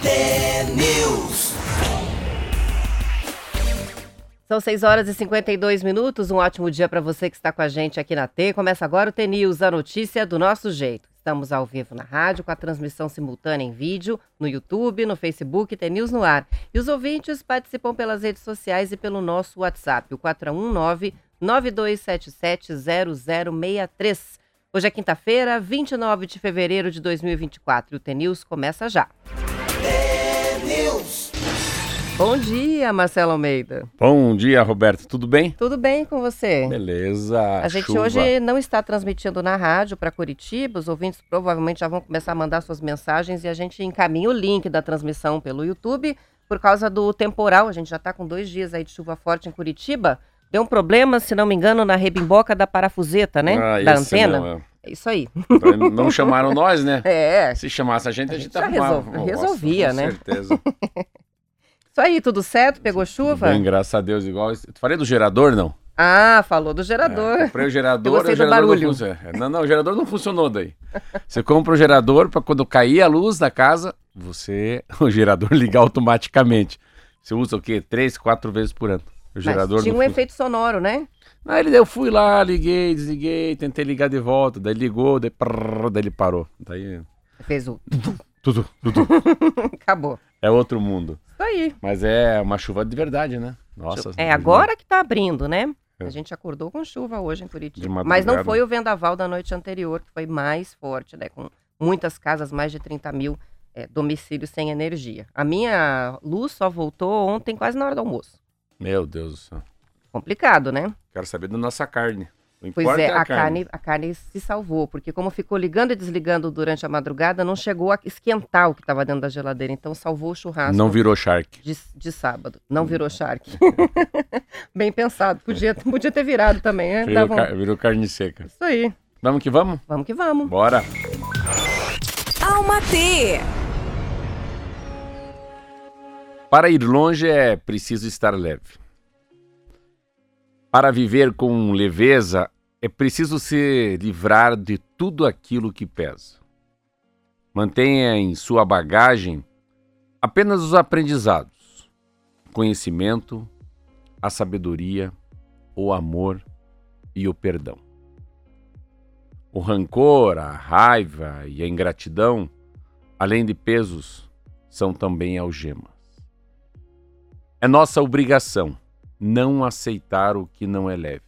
T-News. São 6h52, um ótimo dia para você que está com a gente aqui na T. Começa agora o T-News, a notícia do nosso jeito. Estamos ao vivo na rádio, com a transmissão simultânea em vídeo, no YouTube, no Facebook, T-News no ar. E os ouvintes participam pelas redes sociais e pelo nosso WhatsApp, o 419-9277-0063. Hoje é quinta-feira, 29 de fevereiro de 2024 e o T-News começa já. T-News. Bom dia, Marcelo Almeida. Bom dia, Roberto. Tudo bem? Tudo bem com você? Beleza. A gente chuva. hoje não está transmitindo na rádio para Curitiba. Os ouvintes provavelmente já vão começar a mandar suas mensagens e a gente encaminha o link da transmissão pelo YouTube por causa do temporal. A gente já está com 2 dias aí de chuva forte em Curitiba. Deu um problema, se não me engano, na rebimboca da parafuseta, né? Da antena. Não, É isso aí. Não chamaram nós, né? É. Se chamasse a gente já arrumava. resolvia, com né? certeza. Isso aí, tudo certo? Pegou chuva? Bem, graças a Deus, igual. Falei do gerador, não? Ah, falou do gerador. Comprei o gerador, Eu gostei o gerador do barulho. não funciona. Não, o gerador não funcionou daí. Você compra o gerador para quando cair a luz da casa, o gerador ligar automaticamente. Você usa o quê? 3, 4 vezes por ano. O gerador Mas tinha não um efeito sonoro, né? Aí eu fui lá, liguei, desliguei, tentei ligar de volta, daí ligou, daí ele parou. Daí Fez o... tudo. Acabou. É outro mundo. Isso aí. Mas é uma chuva de verdade, né? Nossa. É agora que tá abrindo, né? É. A gente acordou com chuva hoje em De Curitiba. madrugada. Mas não foi o vendaval da noite anterior, que foi mais forte, né? Com muitas casas, mais de 30 mil domicílios sem energia. A minha luz só voltou ontem, quase na hora do almoço. Meu Deus do céu. Complicado, né? Quero saber da nossa carne. Não Pois importa é, a carne. a carne se salvou, porque como ficou ligando e desligando durante a madrugada, não chegou a esquentar o que estava dentro da geladeira, então salvou o churrasco. Não virou shark. De sábado. Não virou charque. Bem pensado. Podia ter virado também, né? Virou carne seca. Isso aí. Vamos que vamos? Vamos que vamos. Bora. Alma T. Para ir longe é preciso estar leve. Para viver com leveza é preciso se livrar de tudo aquilo que pesa. Mantenha em sua bagagem apenas os aprendizados, conhecimento, a sabedoria, o amor e o perdão. O rancor, a raiva e a ingratidão, além de pesos, são também algemas. É nossa obrigação não aceitar o que não é leve.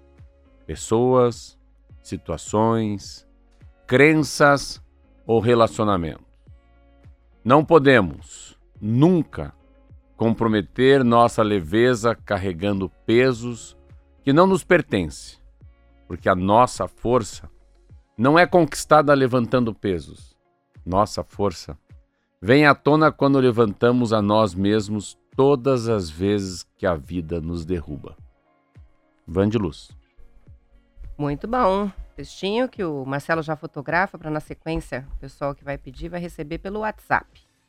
Pessoas, situações, crenças ou relacionamentos. Não podemos, nunca, comprometer nossa leveza carregando pesos que não nos pertencem, porque a nossa força não é conquistada levantando pesos. Nossa força vem à tona quando levantamos a nós mesmos todas as vezes que a vida nos derruba. Van de Luz. Muito bom. Textinho que o Marcelo já fotografa para na sequência o pessoal que vai pedir vai receber pelo WhatsApp.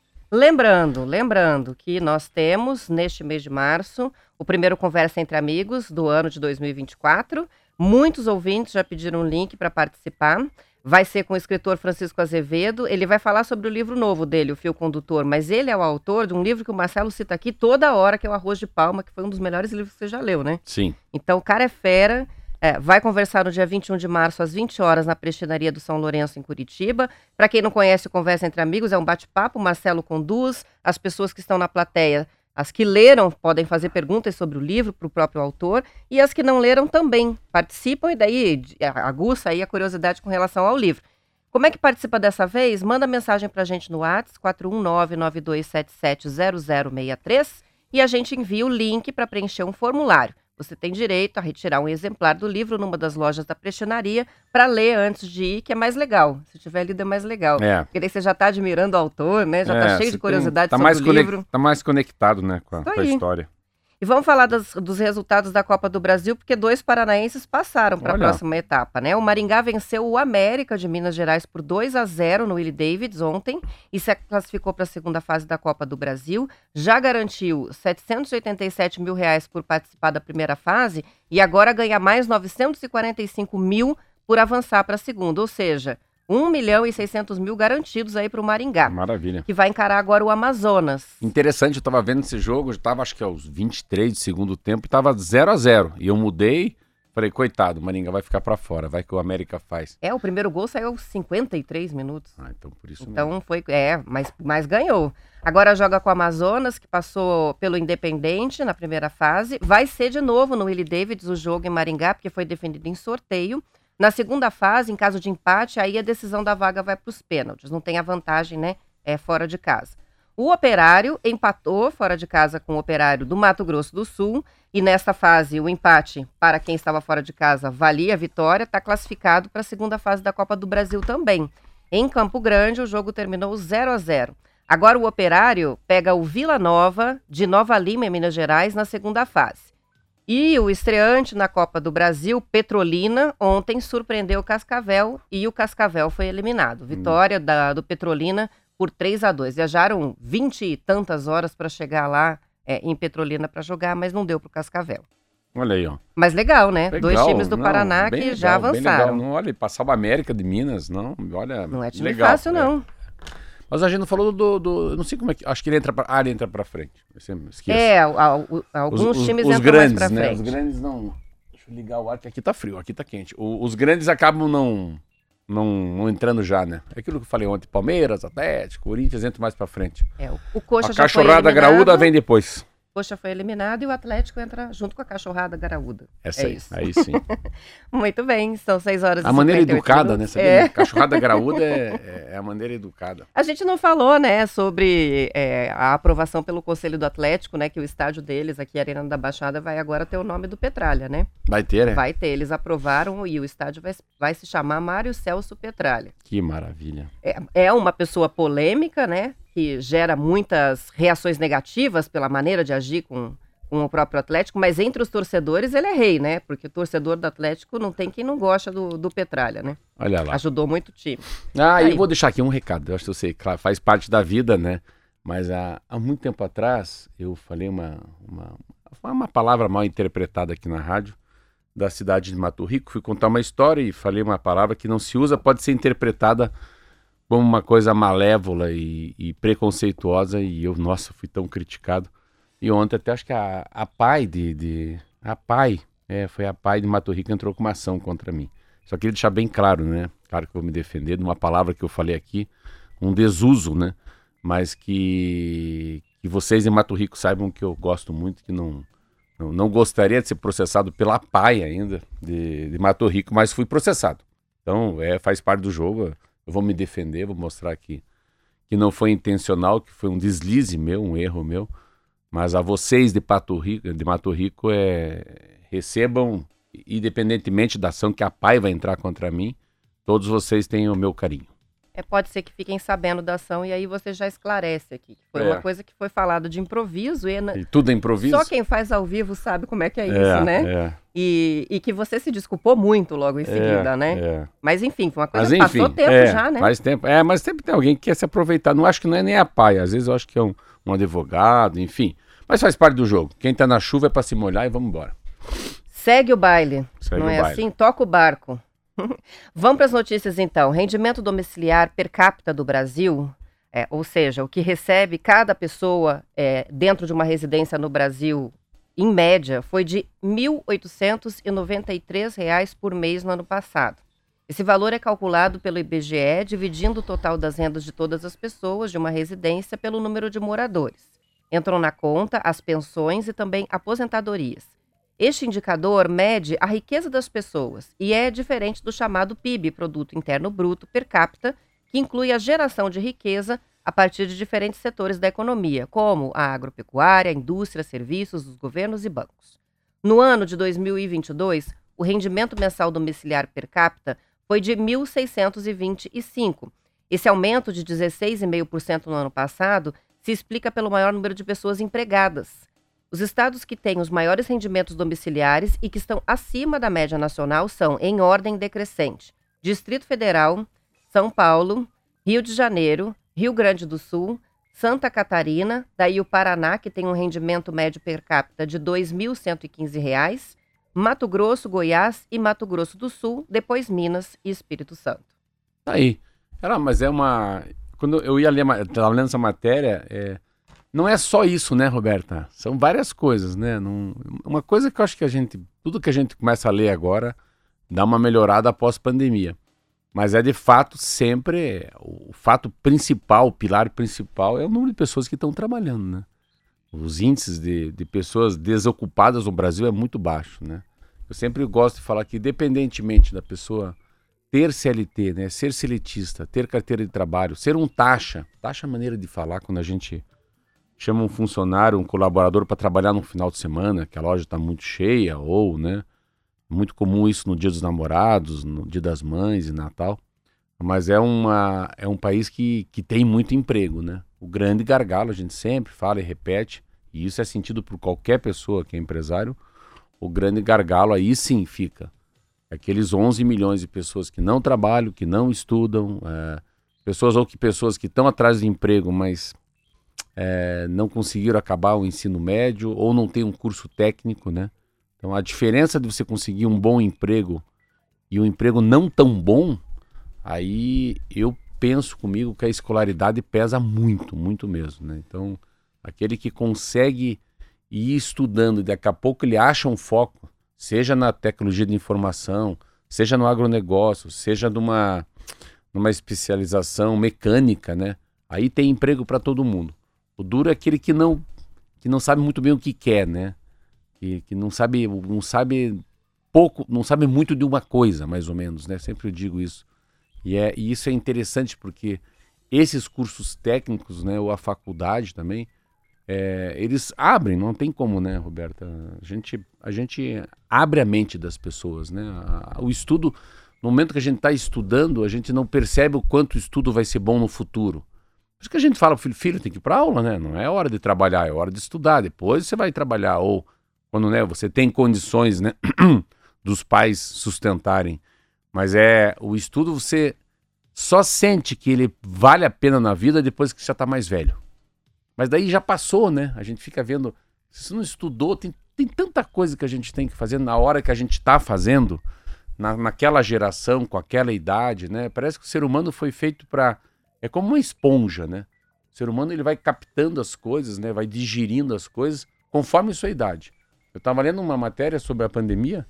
Lembrando que nós temos neste mês de março o primeiro Conversa Entre Amigos do ano de 2024. Muitos ouvintes já pediram um link para participar. Vai ser com o escritor Francisco Azevedo. Ele vai falar sobre o livro novo dele, O Fio Condutor, mas ele é o autor de um livro que o Marcelo cita aqui toda hora, que é o Arroz de Palma, que foi um dos melhores livros que você já leu, né? Sim. Então o cara é fera. Vai conversar no dia 21 de março, às 20 horas, na Prestinaria do São Lourenço, em Curitiba. Para quem não conhece o Conversa Entre Amigos, é um bate-papo, o Marcelo conduz, as pessoas que estão na plateia, as que leram, podem fazer perguntas sobre o livro para o próprio autor, e as que não leram também participam, e daí aguça aí a curiosidade com relação ao livro. Como é que participa dessa vez? Manda mensagem para a gente no WhatsApp, 419-9277-0063, e a gente envia o link para preencher um formulário. Você tem direito a retirar um exemplar do livro numa das lojas da prestinaria para ler antes de ir, que é mais legal. Se tiver lido é mais legal. Porque daí você já está admirando o autor, né? Já está cheio de curiosidade sobre o livro. Está mais conectado, né, com a história. E vamos falar dos resultados da Copa do Brasil, porque 2 paranaenses passaram para a próxima etapa, né? O Maringá venceu o América de Minas Gerais por 2-0 no Willie Davids ontem e se classificou para a segunda fase da Copa do Brasil. Já garantiu R$787 mil por participar da primeira fase e agora ganha mais R$945 mil por avançar para a segunda. Ou seja, 1.600.000 garantidos aí para o Maringá, Maravilha. que vai encarar agora o Amazonas. Interessante, eu tava vendo esse jogo, eu tava acho que aos 23 do segundo tempo, e tava 0-0. E eu mudei, falei, coitado, o Maringá vai ficar pra fora, vai que o América faz. O primeiro gol saiu aos 53 minutos. Ah, então por isso Então mesmo. foi, mas ganhou. Agora joga com o Amazonas, que passou pelo Independente na primeira fase. Vai ser de novo no Willie Davids o jogo em Maringá, porque foi definido em sorteio. Na segunda fase, em caso de empate, aí a decisão da vaga vai para os pênaltis. Não tem a vantagem, né? Fora de casa. O Operário empatou fora de casa com o Operário do Mato Grosso do Sul. E nesta fase, o empate para quem estava fora de casa valia a vitória. Está classificado para a segunda fase da Copa do Brasil também. Em Campo Grande, o jogo terminou 0-0. Agora o Operário pega o Vila Nova, de Nova Lima, em Minas Gerais, na segunda fase. E o estreante na Copa do Brasil, Petrolina, ontem surpreendeu o Cascavel e o Cascavel foi eliminado. Vitória do Petrolina por 3-2. Viajaram 20 e tantas horas para chegar lá em Petrolina para jogar, mas não deu para o Cascavel. Olha aí, ó. Mas legal, né? Legal, 2 times do não, Paraná bem que legal, já bem avançaram. legal. Não, olha, passar o América de Minas, não, olha. Não é time legal, fácil, não. Mas a gente não falou eu não sei como é que, acho que ele entra pra frente. Eu sempre esqueço. Alguns times os entram grandes, mais pra né? frente. Os grandes não. Deixa eu ligar o ar, que aqui tá frio, aqui tá quente. Os grandes acabam não entrando já, né? É aquilo que eu falei ontem: Palmeiras, Atlético, Corinthians entra mais pra frente. O Coxa A já foi cachorrada eliminado. graúda vem depois. O Coxa foi eliminado e o Atlético entra junto com a cachorrada graúda. Essa é aí, isso. aí sim. Muito bem, são 6 horas e A maneira 58 educada, né? minutos. Sabia? Cachorrada graúda é a maneira educada. A gente não falou, né, sobre a aprovação pelo Conselho do Atlético, né, que o estádio deles, aqui, Arena da Baixada, vai agora ter o nome do Petralha, né? Vai ter, né? Vai ter, eles aprovaram e o estádio vai se chamar Mário Celso Petralha. Que maravilha. É uma pessoa polêmica, né, que gera muitas reações negativas pela maneira de agir com o próprio Atlético, mas entre os torcedores ele é rei, né? Porque o torcedor do Atlético não tem quem não gosta do Petralha, né? Olha lá. Ajudou muito o time. E eu vou deixar aqui um recado. Eu acho que eu sei, claro, faz parte da vida, né? Mas há muito tempo atrás eu falei uma palavra mal interpretada aqui na rádio da cidade de Mato Rico. Fui contar uma história e falei uma palavra que não se usa, pode ser interpretada como uma coisa malévola e preconceituosa. E eu, nossa, fui tão criticado. E ontem até acho que a PAI foi a PAI de Mato Rico, entrou com uma ação contra mim. Só queria deixar bem claro, né? Claro que eu vou me defender de uma palavra que eu falei aqui, um desuso, né? Mas que vocês em Mato Rico saibam que eu gosto muito, que não gostaria de ser processado pela PAI ainda de Mato Rico, mas fui processado. Então, faz parte do jogo, eu vou me defender, vou mostrar que não foi intencional, que foi um deslize meu, um erro meu. Mas a vocês de Mato Rico, recebam, independentemente da ação que a PAI vai entrar contra mim, todos vocês têm o meu carinho. Pode ser que fiquem sabendo da ação e aí você já esclarece aqui. Foi uma coisa que foi falada de improviso. E tudo é improviso? Só quem faz ao vivo sabe como é que é isso, né? E que você se desculpou muito logo em seguida, né? Mas enfim, foi uma coisa que passou tempo já, né? Faz tempo. Mas sempre tem alguém que quer se aproveitar. Não acho que não é nem a PAI. Às vezes eu acho que é um advogado, enfim. Mas faz parte do jogo. Quem tá na chuva é pra se molhar e vamos embora. Segue o baile. Segue não o é baile. assim? Toca o barco. Vamos para as notícias então. Rendimento domiciliar per capita do Brasil, ou seja, o que recebe cada pessoa dentro de uma residência no Brasil, em média, foi de R$ 1.893 por mês no ano passado. Esse valor é calculado pelo IBGE, dividindo o total das rendas de todas as pessoas de uma residência pelo número de moradores. Entram na conta as pensões e também aposentadorias. Este indicador mede a riqueza das pessoas e é diferente do chamado PIB, Produto Interno Bruto, per capita, que inclui a geração de riqueza a partir de diferentes setores da economia, como a agropecuária, a indústria, serviços, os governos e bancos. No ano de 2022, o rendimento mensal domiciliar per capita foi de R$ 1.625. Esse aumento de 16,5% no ano passado se explica pelo maior número de pessoas empregadas. Os estados que têm os maiores rendimentos domiciliares e que estão acima da média nacional são, em ordem decrescente, Distrito Federal, São Paulo, Rio de Janeiro, Rio Grande do Sul, Santa Catarina, daí o Paraná, que tem um rendimento médio per capita de R$ 2.115, Mato Grosso, Goiás e Mato Grosso do Sul, depois Minas e Espírito Santo. Aí. Mas é uma... Quando eu ia ler, estava lendo essa matéria, não é só isso, né, Roberta? São várias coisas, né? Uma coisa que eu acho que tudo que a gente começa a ler agora dá uma melhorada após pandemia. Mas de fato sempre, o fato principal, o pilar principal é o número de pessoas que estão trabalhando, né? Os índices de pessoas desocupadas no Brasil é muito baixo, né? Eu sempre gosto de falar que, independentemente da pessoa ter CLT, né, ser seletista, ter carteira de trabalho, ser um taxa é maneira de falar quando a gente chama um funcionário, um colaborador para trabalhar no final de semana, que a loja está muito cheia, ou, né, muito comum isso no Dia dos Namorados, no Dia das Mães e Natal, mas é um país que tem muito emprego, né? O grande gargalo, a gente sempre fala e repete, e isso é sentido por qualquer pessoa que é empresário, o grande gargalo aí sim fica. Aqueles 11 milhões de pessoas que não trabalham, que não estudam, pessoas que estão atrás de emprego, mas não conseguiram acabar o ensino médio ou não tem um curso técnico, né? Então a diferença de você conseguir um bom emprego e um emprego não tão bom, aí eu penso comigo que a escolaridade pesa muito, muito mesmo, né? Então aquele que consegue ir estudando e daqui a pouco ele acha um foco, seja na tecnologia de informação, seja no agronegócio, seja numa especialização mecânica, né? Aí tem emprego para todo mundo. O duro é aquele que não sabe muito bem o que quer, né? Que não sabe pouco, não sabe muito de uma coisa, mais ou menos, né? Sempre eu digo isso. E isso é interessante porque esses cursos técnicos, né, ou a faculdade também, eles abrem, não tem como, né, Roberta? A gente abre a mente das pessoas, né? O estudo, no momento que a gente está estudando, a gente não percebe o quanto o estudo vai ser bom no futuro. Por isso que a gente fala, filho, tem que ir para aula, né? Não é hora de trabalhar, é hora de estudar. Depois você vai trabalhar, ou quando, né, você tem condições, né, dos pais sustentarem. Mas o estudo, você só sente que ele vale a pena na vida depois que você já está mais velho. Mas daí já passou, né? A gente fica vendo, se você não estudou, tem tanta coisa que a gente tem que fazer na hora que a gente está fazendo, naquela geração, com aquela idade, né? Parece que o ser humano foi feito para... É como uma esponja, né? O ser humano ele vai captando as coisas, né? Vai digerindo as coisas conforme a sua idade. Eu estava lendo uma matéria sobre a pandemia,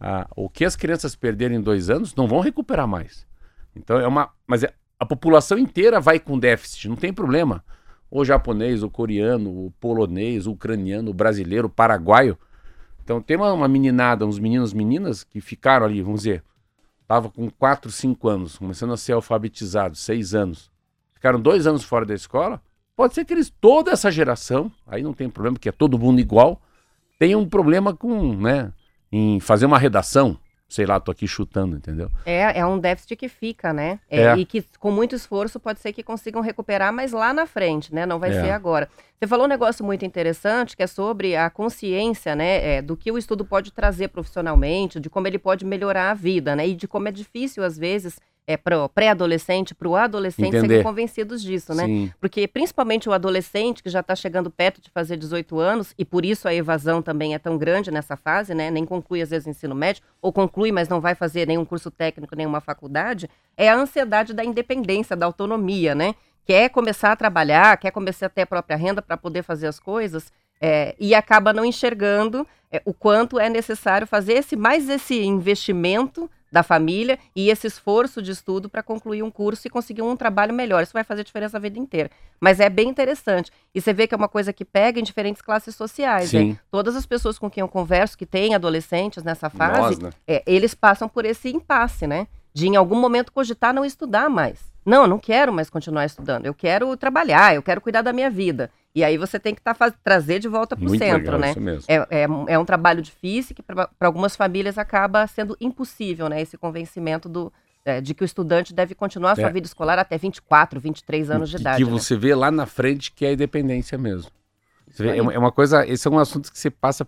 o que as crianças perderem em 2 anos não vão recuperar mais. Então mas a população inteira vai com déficit, não tem problema. O japonês, o coreano, o polonês, o ucraniano, o brasileiro, o paraguaio. Então tem uma meninada, uns meninos, meninas que ficaram ali, vamos dizer, estavam com 4, 5 anos, começando a ser alfabetizados, 6 anos. Ficaram 2 anos fora da escola. Pode ser que toda essa geração, aí não tem problema, porque é todo mundo igual, tenha um problema né, em fazer uma redação. Sei lá, tô aqui chutando, entendeu? É um déficit que fica, né? E que com muito esforço pode ser que consigam recuperar, mas lá na frente, né? Não vai ser agora. Você falou um negócio muito interessante, que é sobre a consciência, né? Do que o estudo pode trazer profissionalmente, de como ele pode melhorar a vida, né? E de como é difícil, às vezes, para o pré-adolescente, para o adolescente serem convencidos disso, né? Sim. Porque principalmente o adolescente que já está chegando perto de fazer 18 anos, e por isso a evasão também é tão grande nessa fase, né? Nem conclui às vezes o ensino médio, ou conclui, mas não vai fazer nenhum curso técnico, nenhuma faculdade, é a ansiedade da independência, da autonomia, né? Quer começar a trabalhar, quer começar a ter a própria renda para poder fazer as coisas, e acaba não enxergando o quanto é necessário fazer esse investimento da família e esse esforço de estudo para concluir um curso e conseguir um trabalho melhor. Isso vai fazer diferença a vida inteira. Mas é bem interessante. E você vê que é uma coisa que pega em diferentes classes sociais. Sim. Né? Todas as pessoas com quem eu converso, que têm adolescentes nessa fase, Nós, né? eles passam por esse impasse, né? De em algum momento cogitar não estudar mais. Não, eu não quero mais continuar estudando. Eu quero trabalhar, eu quero cuidar da minha vida. E aí você tem que trazer de volta para o centro, legal, né? isso mesmo. É um trabalho difícil que para algumas famílias acaba sendo impossível, né? Esse convencimento de que o estudante deve continuar a sua vida escolar até 24, 23 anos de idade. Que você vê lá na frente que é a independência mesmo. Você vê, é uma coisa, esse é um assunto que você passa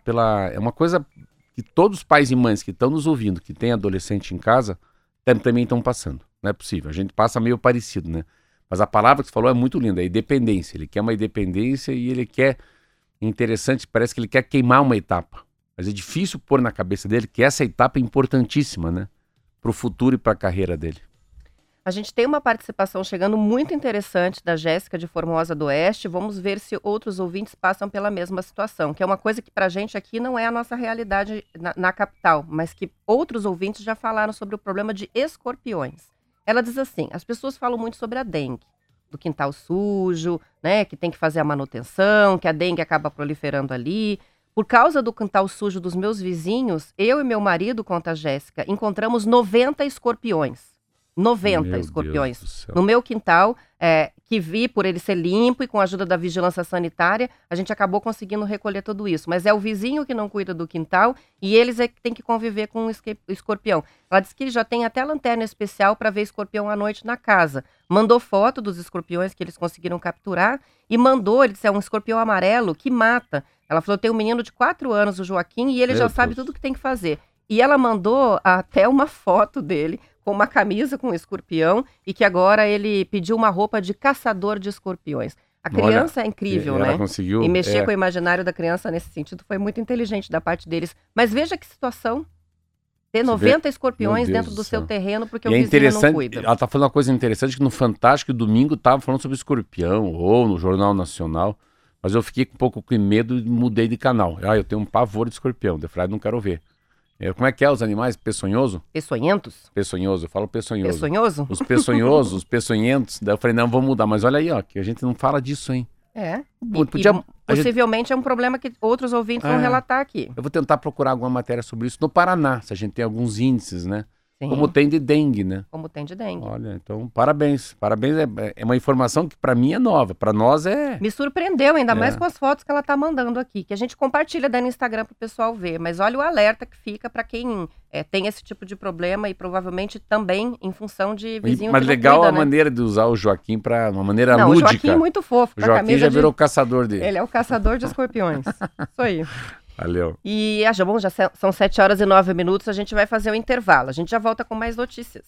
é uma coisa que todos os pais e mães que estão nos ouvindo, que têm adolescente em casa, também estão passando. Não é possível. A gente passa meio parecido, né? Mas a palavra que você falou é muito linda, é independência. Ele quer uma independência e ele quer, interessante, parece que ele quer queimar uma etapa. Mas é difícil pôr na cabeça dele que essa etapa é importantíssima, né? Para o futuro e para a carreira dele. A gente tem uma participação chegando muito interessante da Jéssica de Formosa do Oeste. Vamos ver se outros ouvintes passam pela mesma situação, que é uma coisa que pra gente aqui não é a nossa realidade na capital, mas que outros ouvintes já falaram sobre o problema de escorpiões. Ela diz assim, as pessoas falam muito sobre a dengue, do quintal sujo, né, que tem que fazer a manutenção, que a dengue acaba proliferando ali. Por causa do quintal sujo dos meus vizinhos, eu e meu marido, conta a Jéssica, encontramos 90 escorpiões. 90 Meu escorpiões Deus do céu. no meu quintal, que vi por ele ser limpo e com a ajuda da vigilância sanitária, a gente acabou conseguindo recolher tudo isso. Mas é o vizinho que não cuida do quintal e eles é que tem que conviver com o escorpião. Ela disse que já tem até lanterna especial para ver escorpião à noite na casa. Mandou foto dos escorpiões que eles conseguiram capturar e mandou, ele disse, é um escorpião amarelo que mata. Ela falou, tem um menino de 4 anos, o Joaquim, e ele Meu já sabe Deus. tudo o que tem que fazer. E ela mandou até uma foto dele com uma camisa com um escorpião e que agora ele pediu uma roupa de caçador de escorpiões. A criança é incrível, ela né? conseguiu. E mexer com o imaginário da criança nesse sentido foi muito inteligente da parte deles. Mas veja que situação. Ter 90 escorpiões Meu Deus dentro do do seu céu. terreno porque E o é vizinho não interessante, cuida. ela tá falando uma coisa interessante, que no Fantástico domingo tava falando sobre escorpião, ou no Jornal Nacional, mas eu fiquei um pouco com medo e mudei de canal. Eu tenho um pavor de escorpião, de Frade não quero ver. Como é que é os animais? Peçonhoso? Peçonhentos? Peçonhoso, eu falo peçonhoso. Peçonhoso? Os peçonhosos, os peçonhentos. Daí eu falei, não, vamos mudar. Mas olha aí, ó, que a gente não fala disso, hein? É. Podia- E possivelmente é um problema que outros ouvintes vão relatar aqui. Eu vou tentar procurar alguma matéria sobre isso no Paraná, se a gente tem alguns índices, né? Sim. Como tem de dengue, né? Como tem de dengue. Olha, então, parabéns. Parabéns, é uma informação que pra mim é nova. Pra nós é... Me surpreendeu, ainda É. mais com as fotos que ela tá mandando aqui, que a gente compartilha daí no Instagram pro pessoal ver. Mas olha o alerta que fica pra quem tem esse tipo de problema e provavelmente também em função de vizinho Mas que não legal cuida, a né? maneira de usar o Joaquim pra uma maneira Não, o lúdica. Joaquim é muito fofo. O Com a Joaquim camisa já de- virou caçador dele. Ele é o caçador de escorpiões. Isso aí. Valeu. E, bom, já são 7h09, a gente vai fazer o intervalo. A gente já volta com mais notícias.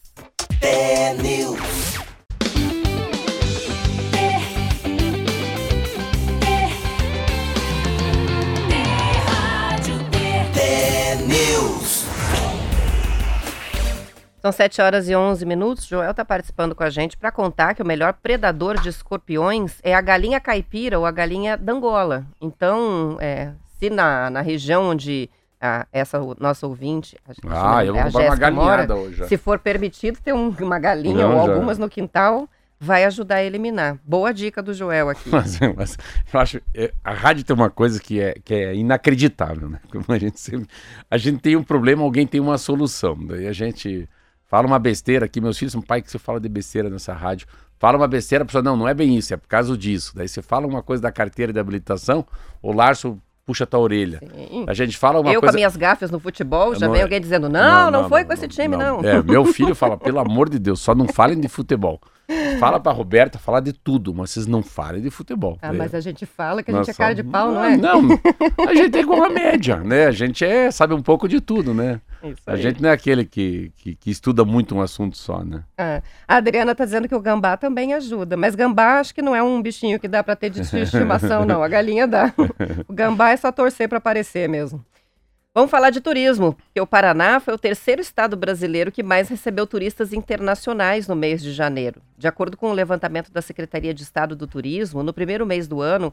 São 7h11. Joel está participando com a gente para contar que o melhor predador de escorpiões é a galinha caipira ou a galinha d'Angola. Então, se na região onde essa nossa ouvinte, Eu vou a comprar uma Jéssica galinhada mora, hoje. se for permitido ter uma galinha Não, ou já. algumas no quintal, vai ajudar a eliminar. Boa dica do Joel aqui. Mas eu acho, a rádio tem uma coisa que é inacreditável, né? Como a gente tem um problema, alguém tem uma solução. Daí a gente fala uma besteira aqui, meus filhos são pai que você fala de besteira nessa rádio. Fala uma besteira, a pessoa, não é bem isso, é por causa disso. Daí você fala uma coisa da carteira de habilitação, o Larso puxa a tua orelha. Sim. A gente fala uma Eu coisa... com as minhas gafas no futebol, já Não vem é- alguém dizendo, não foi com esse time, não. Meu filho fala, pelo amor de Deus, só não falem de futebol. Fala pra Roberta, fala de tudo, mas vocês não falem de futebol. Mas a gente fala que a Nós gente é cara de somos- pau, não é? Não, a gente é igual a média, né? A gente sabe um pouco de tudo, né? Isso A aí. gente não é aquele que estuda muito um assunto só, né? A Adriana tá dizendo que o gambá também ajuda, mas gambá acho que não é um bichinho que dá pra ter de estimação, não. A galinha dá. O gambá é só torcer pra aparecer mesmo. Vamos falar de turismo, porque o Paraná foi o terceiro estado brasileiro que mais recebeu turistas internacionais no mês de janeiro. De acordo com o levantamento da Secretaria de Estado do Turismo, no primeiro mês do ano,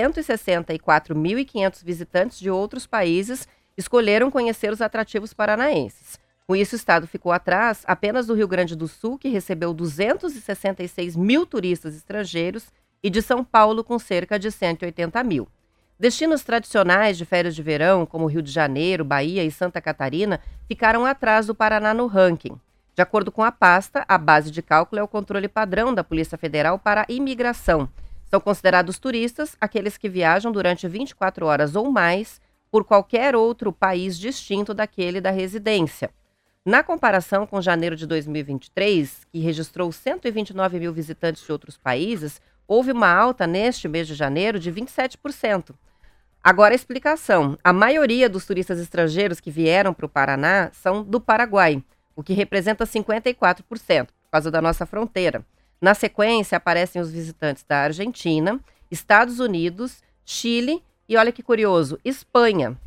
164.500 visitantes de outros países escolheram conhecer os atrativos paranaenses. Com isso, o estado ficou atrás apenas do Rio Grande do Sul, que recebeu 266 mil turistas estrangeiros, e de São Paulo, com cerca de 180 mil. Destinos tradicionais de férias de verão, como Rio de Janeiro, Bahia e Santa Catarina, ficaram atrás do Paraná no ranking. De acordo com a pasta, a base de cálculo é o controle padrão da Polícia Federal para a imigração. São considerados turistas aqueles que viajam durante 24 horas ou mais por qualquer outro país distinto daquele da residência. Na comparação com janeiro de 2023, que registrou 129 mil visitantes de outros países, houve uma alta neste mês de janeiro de 27%. Agora a explicação. A maioria dos turistas estrangeiros que vieram para o Paraná são do Paraguai, o que representa 54%, por causa da nossa fronteira. Na sequência, aparecem os visitantes da Argentina, Estados Unidos, Chile e, olha que curioso, Espanha.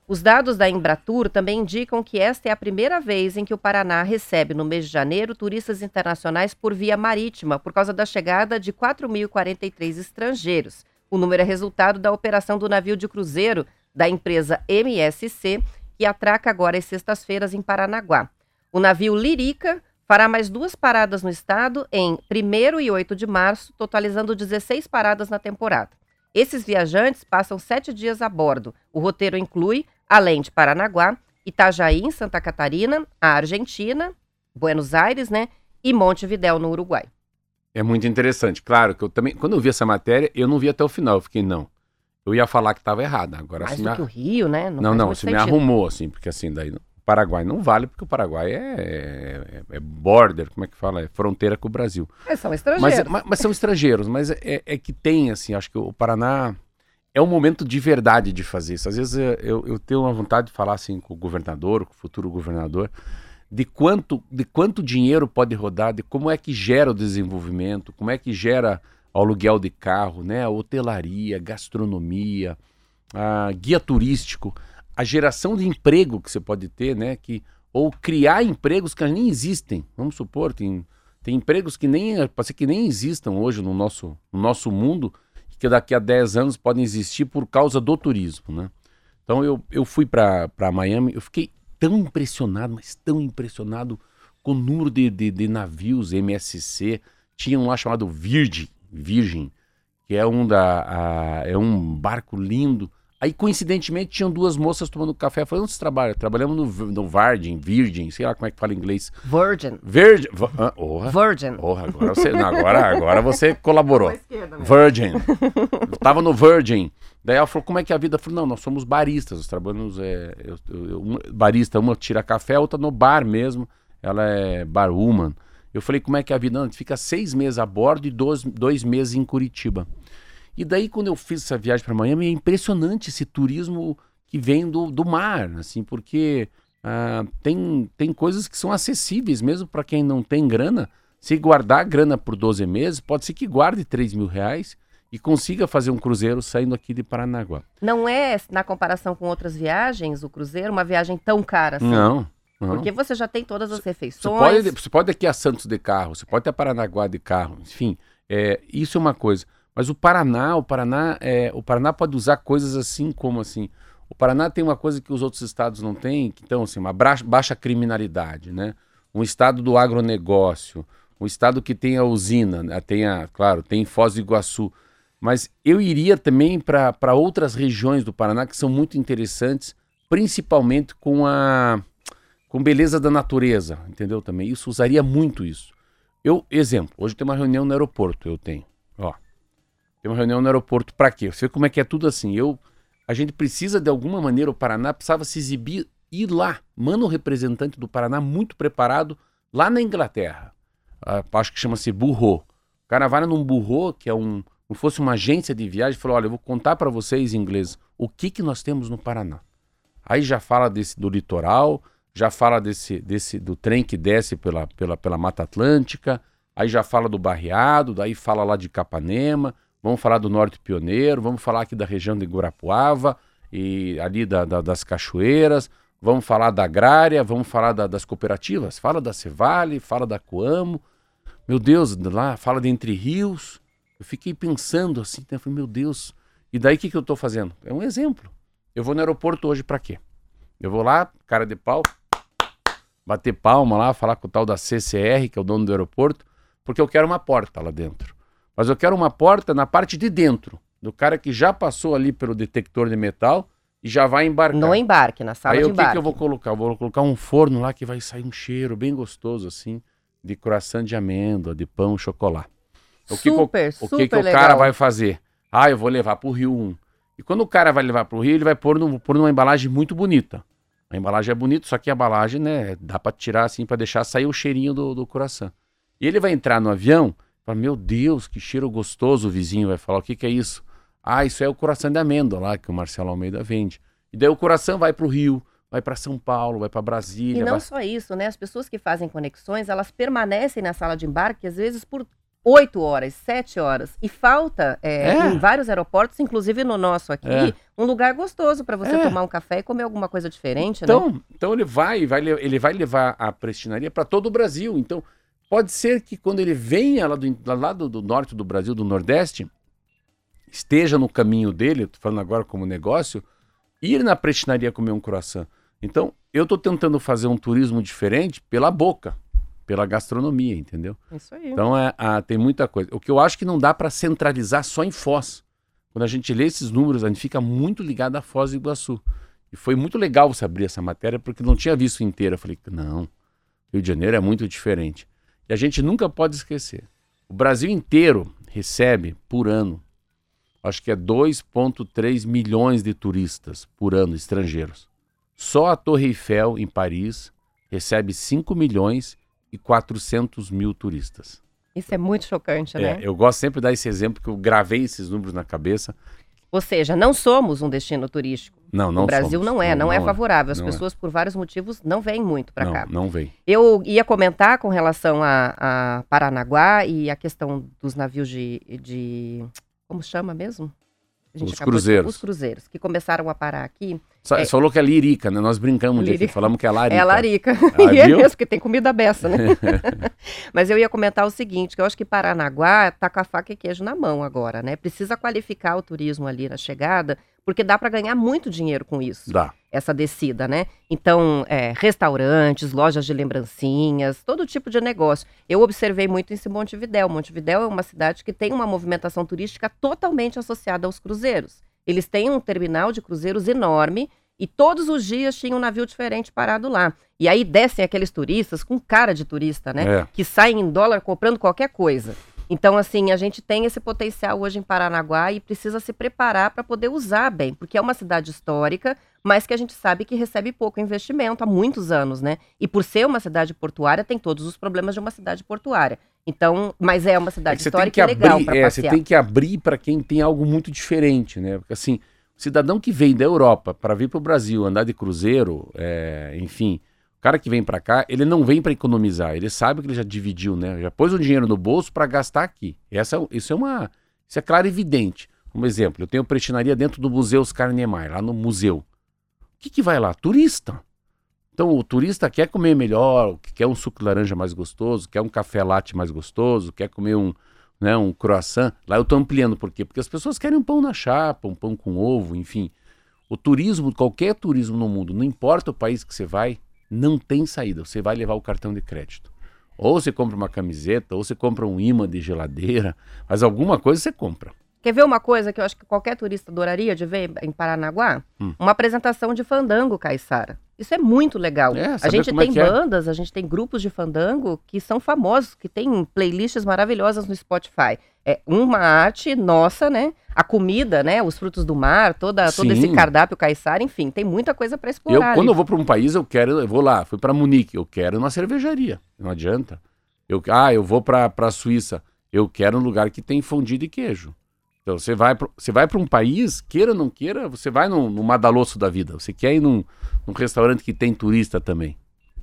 Os dados da Embratur também indicam que esta é a primeira vez em que o Paraná recebe, no mês de janeiro, turistas internacionais por via marítima, por causa da chegada de 4.043 estrangeiros. O número é resultado da operação do navio de cruzeiro da empresa MSC, que atraca agora às sextas-feiras em Paranaguá. O navio Lirica fará mais 2 paradas no estado em 1º e 8 de março, totalizando 16 paradas na temporada. Esses viajantes passam 7 dias a bordo. O roteiro inclui, além de Paranaguá, Itajaí, em Santa Catarina, a Argentina, Buenos Aires, né, e Montevidéu, no Uruguai. É muito interessante. Claro que eu também, quando eu vi essa matéria, eu não vi até o final. Eu fiquei, não. Eu ia falar que estava errado. Agora, Mais assim, do que o Rio, né? Não, você me arrumou, assim, porque assim, daí o Paraguai não vale, porque o Paraguai é border, como é que fala? É fronteira com o Brasil. São estrangeiros. Mas são estrangeiros, mas é que tem, assim, acho que o Paraná é um momento de verdade de fazer isso. Às vezes eu tenho uma vontade de falar, assim, com o governador, com o futuro governador, de quanto dinheiro pode rodar, de como é que gera o desenvolvimento, como é que gera o aluguel de carro, né? A hotelaria, gastronomia, a guia turístico, a geração de emprego que você pode ter, né? Ou criar empregos que nem existem. Vamos supor, tem empregos que pode ser que nem existam hoje no nosso mundo, que daqui a 10 anos podem existir por causa do turismo, né? Então eu fui para Miami, eu fiquei tão impressionado, mas tão impressionado com o número de navios MSC. Tinha um lá chamado Virgin, que é um barco lindo. Aí, coincidentemente, tinham 2 moças tomando café. Eu falei, onde você trabalha? Trabalhamos no Virgin, sei lá como é que fala em inglês. Virgin. Virgin. Agora você colaborou. Virgin. Tava no Virgin. Daí ela falou, como é que é a vida? Eu falei, não, nós somos baristas, nós trabalhamos, barista, uma tira café, outra no bar mesmo, ela é barwoman. Eu falei, como é que é a vida? Não, a gente fica 6 meses a bordo e 2 meses em Curitiba. E daí, quando eu fiz essa viagem para Miami, é impressionante esse turismo que vem do mar, assim, porque tem coisas que são acessíveis, mesmo para quem não tem grana. Se guardar grana por 12 meses, pode ser que guarde R$3.000 e consiga fazer um cruzeiro saindo aqui de Paranaguá. Não é, na comparação com outras viagens, o cruzeiro, uma viagem tão cara assim? Não. Porque você já tem todas as refeições. Você pode ir aqui a Santos de carro, você pode ir a Paranaguá de carro, enfim, isso é uma coisa. Mas o Paraná pode usar coisas assim como assim. O Paraná tem uma coisa que os outros estados não têm, então assim, uma baixa criminalidade, né? Um estado do agronegócio, um estado que tem a usina, né? Tem Foz do Iguaçu. Mas eu iria também para outras regiões do Paraná que são muito interessantes, principalmente com beleza da natureza, entendeu? Também isso, usaria muito isso. Exemplo, hoje tem uma reunião no aeroporto, tem uma reunião no aeroporto para quê? Você vê como é que é tudo assim. A gente precisa, de alguma maneira, o Paraná precisava se exibir, ir lá. Manda um representante do Paraná muito preparado lá na Inglaterra. Acho que chama-se Bureau. O cara vai num Bureau, que é como fosse uma agência de viagem, e falou, olha, eu vou contar para vocês em inglês o que nós temos no Paraná. Aí já fala do litoral, já fala do trem que desce pela Mata Atlântica, aí já fala do Barreado, daí fala lá de Capanema, vamos falar do Norte Pioneiro, vamos falar aqui da região de Guarapuava, e ali das cachoeiras, vamos falar da agrária, vamos falar das cooperativas, fala da Cevale, fala da Coamo, meu Deus, lá fala de Entre Rios. Eu fiquei pensando assim, né? Falei, meu Deus, e daí o que eu estou fazendo? É um exemplo. Eu vou no aeroporto hoje para quê? Eu vou lá, cara de pau, bater palma lá, falar com o tal da CCR, que é o dono do aeroporto, porque eu quero uma porta lá dentro. Mas eu quero uma porta na parte de dentro, do cara que já passou ali pelo detector de metal e já vai embarcar. No embarque, na sala de embarque. Aí o que eu vou colocar? Eu vou colocar um forno lá que vai sair um cheiro bem gostoso, assim, de croissant de amêndoa, de pão, chocolate. O que o cara vai fazer? Eu vou levar pro Rio 1. E quando o cara vai levar pro Rio, ele vai pôr numa embalagem muito bonita. A embalagem é bonita, só que a embalagem, né, dá pra tirar assim, pra deixar sair o cheirinho do croissant. E ele vai entrar no avião, fala, meu Deus, que cheiro gostoso, o vizinho vai falar, o que é isso? Isso é o croissant de amêndoa lá, que o Marcelo Almeida vende. E daí o croissant vai pro Rio, vai para São Paulo, vai para Brasília. E não só isso, né, as pessoas que fazem conexões, elas permanecem na sala de embarque, às vezes por 8 horas, 7 horas. E falta, em vários aeroportos, inclusive no nosso aqui, um lugar gostoso para você tomar um café e comer alguma coisa diferente, né? Então ele vai levar a prestinaria para todo o Brasil. Então, pode ser que quando ele venha lá do norte do Brasil, do Nordeste, esteja no caminho dele, estou falando agora como negócio, ir na prestinaria comer um croissant. Então, eu estou tentando fazer um turismo diferente pela boca, pela gastronomia, entendeu? Isso aí. Então, tem muita coisa. O que eu acho que não dá para centralizar só em Foz. Quando a gente lê esses números, a gente fica muito ligado a Foz do Iguaçu. E foi muito legal você abrir essa matéria, porque não tinha visto inteira. Eu falei, não, Rio de Janeiro é muito diferente. E a gente nunca pode esquecer. O Brasil inteiro recebe, por ano, acho que é 2,3 milhões de turistas por ano, estrangeiros. Só a Torre Eiffel, em Paris, recebe 5 milhões e 400 mil turistas. Isso é muito chocante, né? Eu gosto sempre de dar esse exemplo, que eu gravei esses números na cabeça. Ou seja, não somos um destino turístico. Não O Brasil somos. não é favorável. As não pessoas, por vários motivos, não vêm muito para cá. Não vem. Eu ia comentar com relação a Paranaguá e a questão dos navios de como chama mesmo? Os cruzeiros. Os cruzeiros, que começaram a parar aqui. Você falou que é lirica, né? Nós brincamos disso, falamos que é larica. É larica. E é mesmo, porque tem comida beça, né? Mas eu ia comentar o seguinte, que eu acho que Paranaguá tá com a faca e queijo na mão agora, né? Precisa qualificar o turismo ali na chegada, porque dá para ganhar muito dinheiro com isso. Dá. Essa descida, né? Então, restaurantes, lojas de lembrancinhas, todo tipo de negócio. Eu observei muito isso em Montevidéu. Montevidéu é uma cidade que tem uma movimentação turística totalmente associada aos cruzeiros. Eles têm um terminal de cruzeiros enorme e todos os dias tinha um navio diferente parado lá. E aí descem aqueles turistas com cara de turista, né? Que saem em dólar comprando qualquer coisa. Então, assim, a gente tem esse potencial hoje em Paranaguá e precisa se preparar para poder usar bem, porque é uma cidade histórica, mas que a gente sabe que recebe pouco investimento há muitos anos, né? E por ser uma cidade portuária, tem todos os problemas de uma cidade portuária. Então, mas é uma cidade histórica e legal para passear. Você tem que abrir para quem tem algo muito diferente, né? Porque assim, o cidadão que vem da Europa para vir para o Brasil, andar de cruzeiro, enfim, o cara que vem para cá, ele não vem para economizar, ele sabe que ele já dividiu, né? Já pôs o dinheiro no bolso para gastar aqui. Isso é claro e evidente. Um exemplo, eu tenho prestinaria dentro do Museu Oscar Niemeyer, lá no museu. O que vai lá? Turista. Então o turista quer comer melhor, quer um suco de laranja mais gostoso, quer um café latte mais gostoso, quer comer um croissant. Lá eu estou ampliando, por quê? Porque as pessoas querem um pão na chapa, um pão com ovo, enfim. O turismo, qualquer turismo no mundo, não importa o país que você vai, não tem saída. Você vai levar o cartão de crédito. Ou você compra uma camiseta, ou você compra um imã de geladeira, mas alguma coisa você compra. Quer ver uma coisa que eu acho que qualquer turista adoraria de ver em Paranaguá? Uma apresentação de fandango caiçara. Isso é muito legal. A gente tem bandas, a gente tem grupos de fandango que são famosos, que tem playlists maravilhosas no Spotify. É uma arte nossa, né? A comida, né? Os frutos do mar, todo esse cardápio caiçara, enfim, tem muita coisa para explorar. Quando eu vou para um país, eu vou lá, fui para Munique, eu quero uma cervejaria, não adianta. Eu vou para a Suíça, eu quero um lugar que tem fondue de queijo. Então, você vai para um país, queira ou não queira, você vai no Madalosso da vida. Você quer ir num restaurante que tem turista também.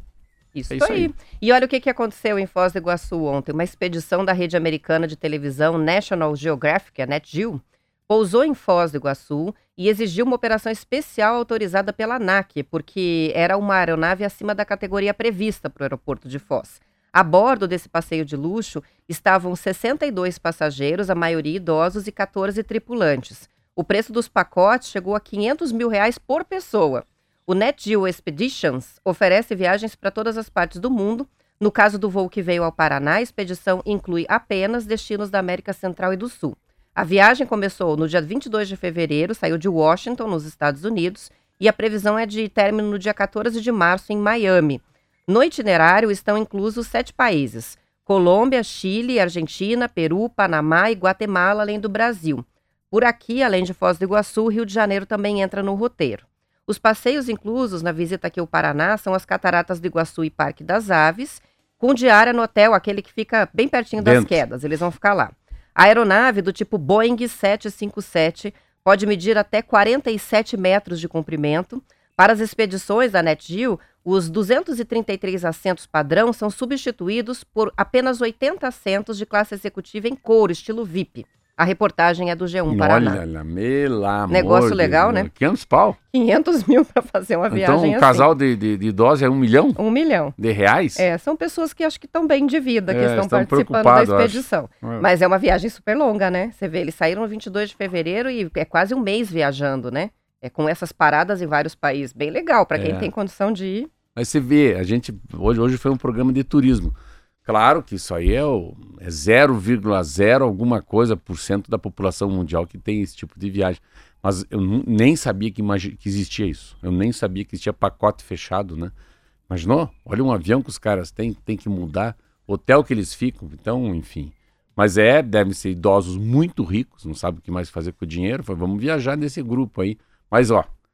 Isso aí. E olha o que aconteceu em Foz do Iguaçu ontem. Uma expedição da rede americana de televisão National Geographic, a NetGeo, pousou em Foz do Iguaçu e exigiu uma operação especial autorizada pela ANAC, porque era uma aeronave acima da categoria prevista para o aeroporto de Foz. A bordo desse passeio de luxo estavam 62 passageiros, a maioria idosos, e 14 tripulantes. O preço dos pacotes chegou a R$500 mil por pessoa. O NetGeo Expeditions oferece viagens para todas as partes do mundo. No caso do voo que veio ao Paraná, a expedição inclui apenas destinos da América Central e do Sul. A viagem começou no dia 22 de fevereiro, saiu de Washington, nos Estados Unidos, e a previsão é de término no dia 14 de março, em Miami. No itinerário estão inclusos 7 países: Colômbia, Chile, Argentina, Peru, Panamá e Guatemala, além do Brasil. Por aqui, além de Foz do Iguaçu, Rio de Janeiro também entra no roteiro. Os passeios inclusos na visita aqui ao Paraná são as Cataratas do Iguaçu e Parque das Aves, com diária no hotel, aquele que fica bem pertinho das quedas, eles vão ficar lá. A aeronave do tipo Boeing 757 pode medir até 47 metros de comprimento. Para as expedições da NetGeo, Os 233 assentos padrão são substituídos por apenas 80 assentos de classe executiva em couro, estilo VIP. A reportagem é do G1 Paraná. Olha, pelo amor Negócio de legal, Deus. né? 500 pau? 500 mil para fazer uma viagem Então, um assim. casal de idosos é 1 milhão 1 milhão. de reais? São pessoas que acho que estão bem de vida, que estão estão participando da preocupados, eu expedição. acho. Mas é uma viagem super longa, né? Você vê, eles saíram no 22 de fevereiro e é quase um mês viajando, né? Com essas paradas em vários países. Bem legal, para quem tem condição de ir. Mas você vê, a gente, hoje foi um programa de turismo. Claro que isso aí é 0,0 alguma coisa por cento da população mundial que tem esse tipo de viagem. Mas eu nem sabia que existia isso. Eu nem sabia que existia pacote fechado, né? Imaginou? Olha um avião que os caras têm, tem que mudar, hotel que eles ficam, então, enfim. Mas devem ser idosos muito ricos, não sabem o que mais fazer com o dinheiro. Vamos viajar nesse grupo aí. Mas,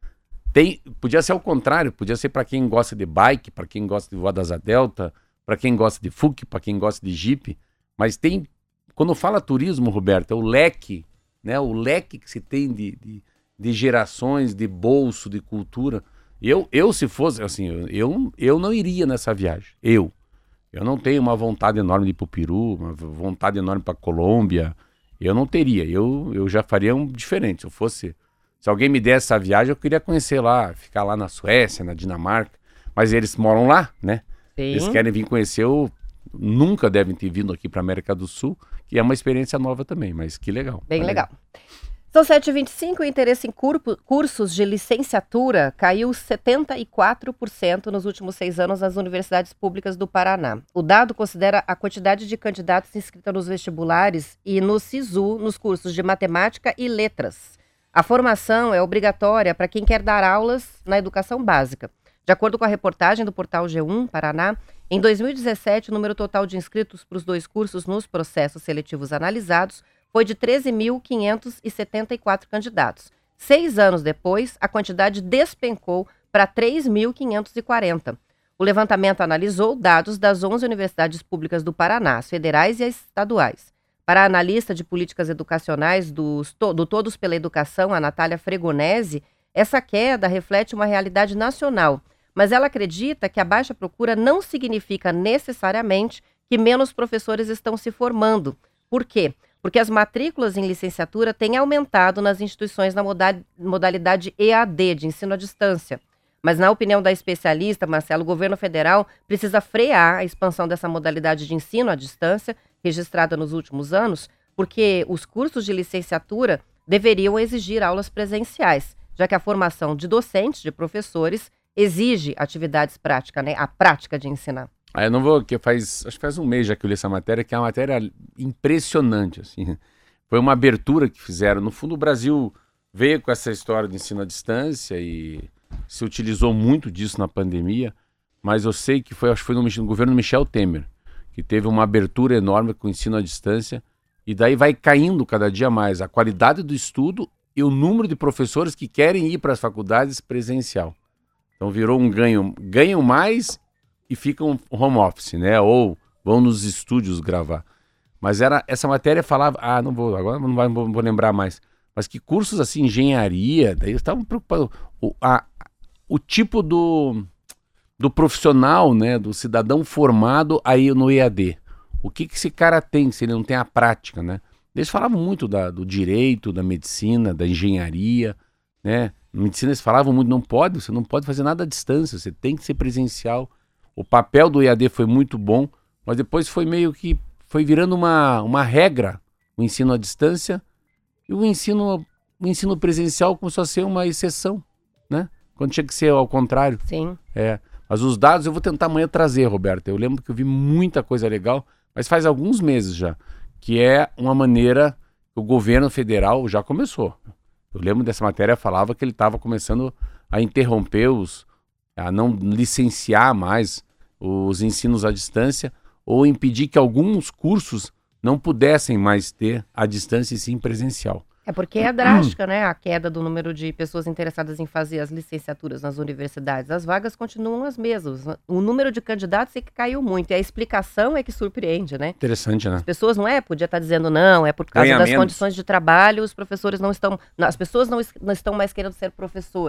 podia ser ao contrário, podia ser para quem gosta de bike, para quem gosta de voar da Asa Delta, para quem gosta de FUC, para quem gosta de Jeep, mas quando fala turismo, Roberto, é o leque, né? O leque que se tem de gerações, de bolso, de cultura. Eu se fosse, assim, eu não iria nessa viagem. Eu não tenho uma vontade enorme de ir pro Peru, uma vontade enorme para Colômbia. Eu não teria. Eu já faria um diferente. Se alguém me desse essa viagem, eu queria conhecer lá, ficar lá na Suécia, na Dinamarca. Mas eles moram lá, né? Sim. Eles querem vir conhecer, nunca devem ter vindo aqui para América do Sul, que é uma experiência nova também, mas que legal. Bem legal. São 7h25, o interesse em cursos de licenciatura caiu 74% nos últimos 6 anos nas universidades públicas do Paraná. O dado considera a quantidade de candidatos inscritos nos vestibulares e no SISU, nos cursos de matemática e letras. A formação é obrigatória para quem quer dar aulas na educação básica. De acordo com a reportagem do portal G1 Paraná, em 2017, o número total de inscritos para os 2 cursos nos processos seletivos analisados foi de 13.574 candidatos. 6 anos depois, a quantidade despencou para 3.540. O levantamento analisou dados das 11 universidades públicas do Paraná, as federais e as estaduais. Para a analista de políticas educacionais do Todos pela Educação, a Natália Fregonese, essa queda reflete uma realidade nacional, mas ela acredita que a baixa procura não significa necessariamente que menos professores estão se formando. Por quê? Porque as matrículas em licenciatura têm aumentado nas instituições na modalidade EAD, de ensino à distância. Mas, na opinião da especialista, Marcelo, o governo federal precisa frear a expansão dessa modalidade de ensino à distância, registrada nos últimos anos, porque os cursos de licenciatura deveriam exigir aulas presenciais, já que a formação de docentes, de professores, exige atividades práticas, né? A prática de ensinar. Eu não vou, acho que faz um mês já que eu li essa matéria, que é uma matéria impressionante, assim. Foi uma abertura que fizeram. No fundo, o Brasil veio com essa história de ensino à distância e se utilizou muito disso na pandemia, mas eu sei que acho que foi no governo Michel Temer, que teve uma abertura enorme com o ensino à distância, e daí vai caindo cada dia mais a qualidade do estudo e o número de professores que querem ir para as faculdades presencial. Então virou um ganham mais e ficam home office, né? Ou vão nos estúdios gravar. Mas essa matéria falava, não vou, agora não vou lembrar mais, mas que cursos assim, engenharia, daí eles estavam preocupados, o tipo do profissional, né, do cidadão formado aí no EAD. O que esse cara tem, se ele não tem a prática, né? Eles falavam muito do direito, da medicina, da engenharia, né? Na medicina eles falavam muito, você não pode fazer nada à distância, você tem que ser presencial. O papel do EAD foi muito bom, mas depois foi virando uma regra, o ensino à distância, e o ensino presencial começou a ser uma exceção, né? Quando tinha que ser ao contrário. Sim. Mas os dados eu vou tentar amanhã trazer, Roberto. Eu lembro que eu vi muita coisa legal, mas faz alguns meses já, que é uma maneira que o governo federal já começou. Eu lembro dessa matéria, falava que ele estava começando a interromper a não licenciar mais os ensinos à distância ou impedir que alguns cursos não pudessem mais ter à distância e sim presencial. É porque é drástica, né, a queda do número de pessoas interessadas em fazer as licenciaturas nas universidades. As vagas continuam as mesmas. O número de candidatos é que caiu muito. E a explicação é que surpreende, né? Interessante, né? As pessoas podia estar dizendo não, é por causa das condições de trabalho, os professores não estão... As pessoas não estão mais querendo ser professores.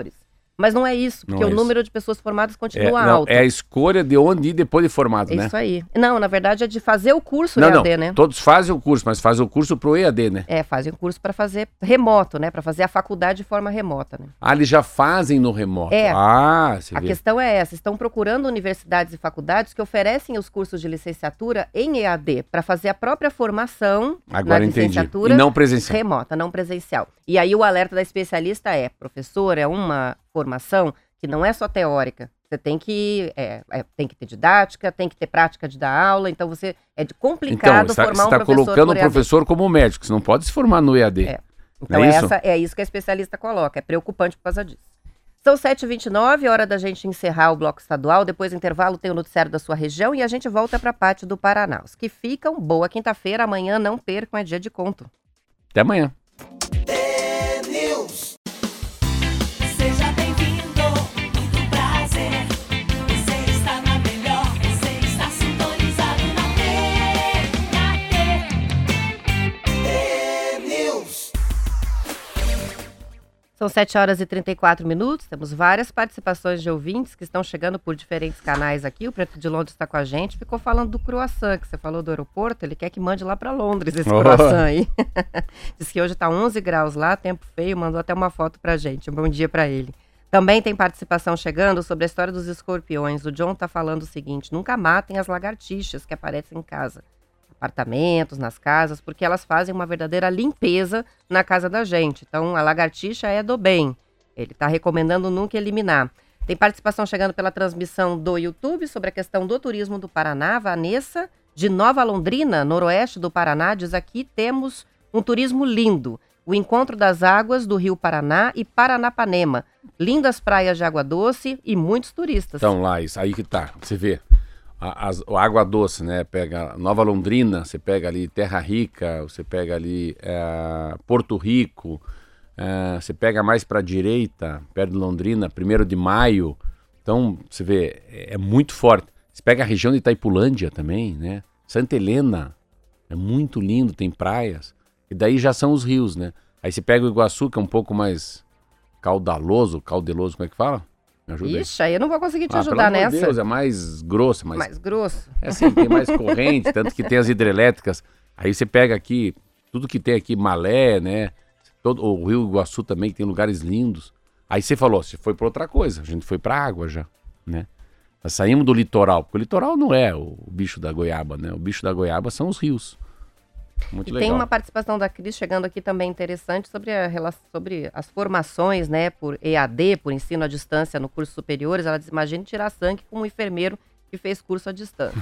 Mas não é isso, porque Não é o isso. número de pessoas formadas continua alto. É a escolha de onde ir depois de formado, É né? isso aí. Não, na verdade é de fazer o curso Não, EAD, né? todos fazem o curso, mas fazem o curso pro EAD, né? Fazem o curso para fazer remoto, né? Para fazer a faculdade de forma remota, né? Ah, eles já fazem no remoto. É. Você A vê. questão é essa, estão procurando universidades e faculdades que oferecem os cursos de licenciatura em EAD para fazer a própria formação Agora na entendi. licenciatura E não presencial. remota, não presencial. E aí o alerta da especialista é, professor, é uma formação que não é só teórica. Você tem que ter didática, tem que ter prática de dar aula, então é complicado Então, formar você está um professor colocando o por EAD. professor como médico, você não pode se formar no EAD. Então Não é isso? é isso que a especialista coloca, é preocupante por causa disso. São 7h29, hora da gente encerrar o bloco estadual, depois do intervalo tem o noticiário da sua região e a gente volta para a Pátio do Paraná. Os que ficam, boa quinta-feira, amanhã não percam, é dia de conto. Até amanhã. Seja bem-vindo, muito prazer. Você está na melhor, você está sintonizado na T-News. São 7h34, temos várias participações de ouvintes que estão chegando por diferentes canais aqui. O Preto de Londres está com a gente, ficou falando do croissant que você falou do aeroporto, ele quer que mande lá para Londres esse croissant aí. Diz que hoje está 11 graus lá, tempo feio, mandou até uma foto pra gente, um bom dia para ele. Também tem participação chegando sobre a história dos escorpiões. O John tá falando o seguinte, nunca matem as lagartixas que aparecem em casa. Apartamentos, nas casas, porque elas fazem uma verdadeira limpeza na casa da gente. Então, a lagartixa é do bem. Ele está recomendando nunca eliminar. Tem participação chegando pela transmissão do YouTube sobre a questão do turismo do Paraná. Vanessa, de Nova Londrina, noroeste do Paraná, diz aqui, temos um turismo lindo. O encontro das águas do Rio Paraná e Paranapanema. Lindas praias de água doce e muitos turistas. Então, lá, isso aí que tá, você vê. A água doce, né? Pega Nova Londrina, você pega ali Terra Rica, você pega ali Porto Rico, você pega mais para a direita, perto de Londrina, 1º de Maio. Então, você vê, é muito forte. Você pega a região de Itaipulândia também, né? Santa Helena, é muito lindo, tem praias. E daí já são os rios, né? Aí você pega o Iguaçu, que é um pouco mais caudeloso, como é que fala? Me ajuda aí. Ixi, aí eu não vou conseguir te pelo ajudar amor de nessa. Deus, é mais grosso, Mais grosso. é assim, tem mais corrente, tanto que tem as hidrelétricas. Aí você pega aqui, tudo que tem aqui, Malé, né? Todo, o Rio Iguaçu também tem lugares lindos. Aí você falou, você foi para outra coisa, a gente foi para água já, né? Nós saímos do litoral, porque o litoral não é o bicho da goiaba, né? O bicho da goiaba são os rios. Muito E legal. tem uma participação da Cris chegando aqui também interessante sobre as formações, né, por EAD, por ensino à distância no curso superiores. Ela diz, imagine tirar sangue com um enfermeiro que fez curso à distância.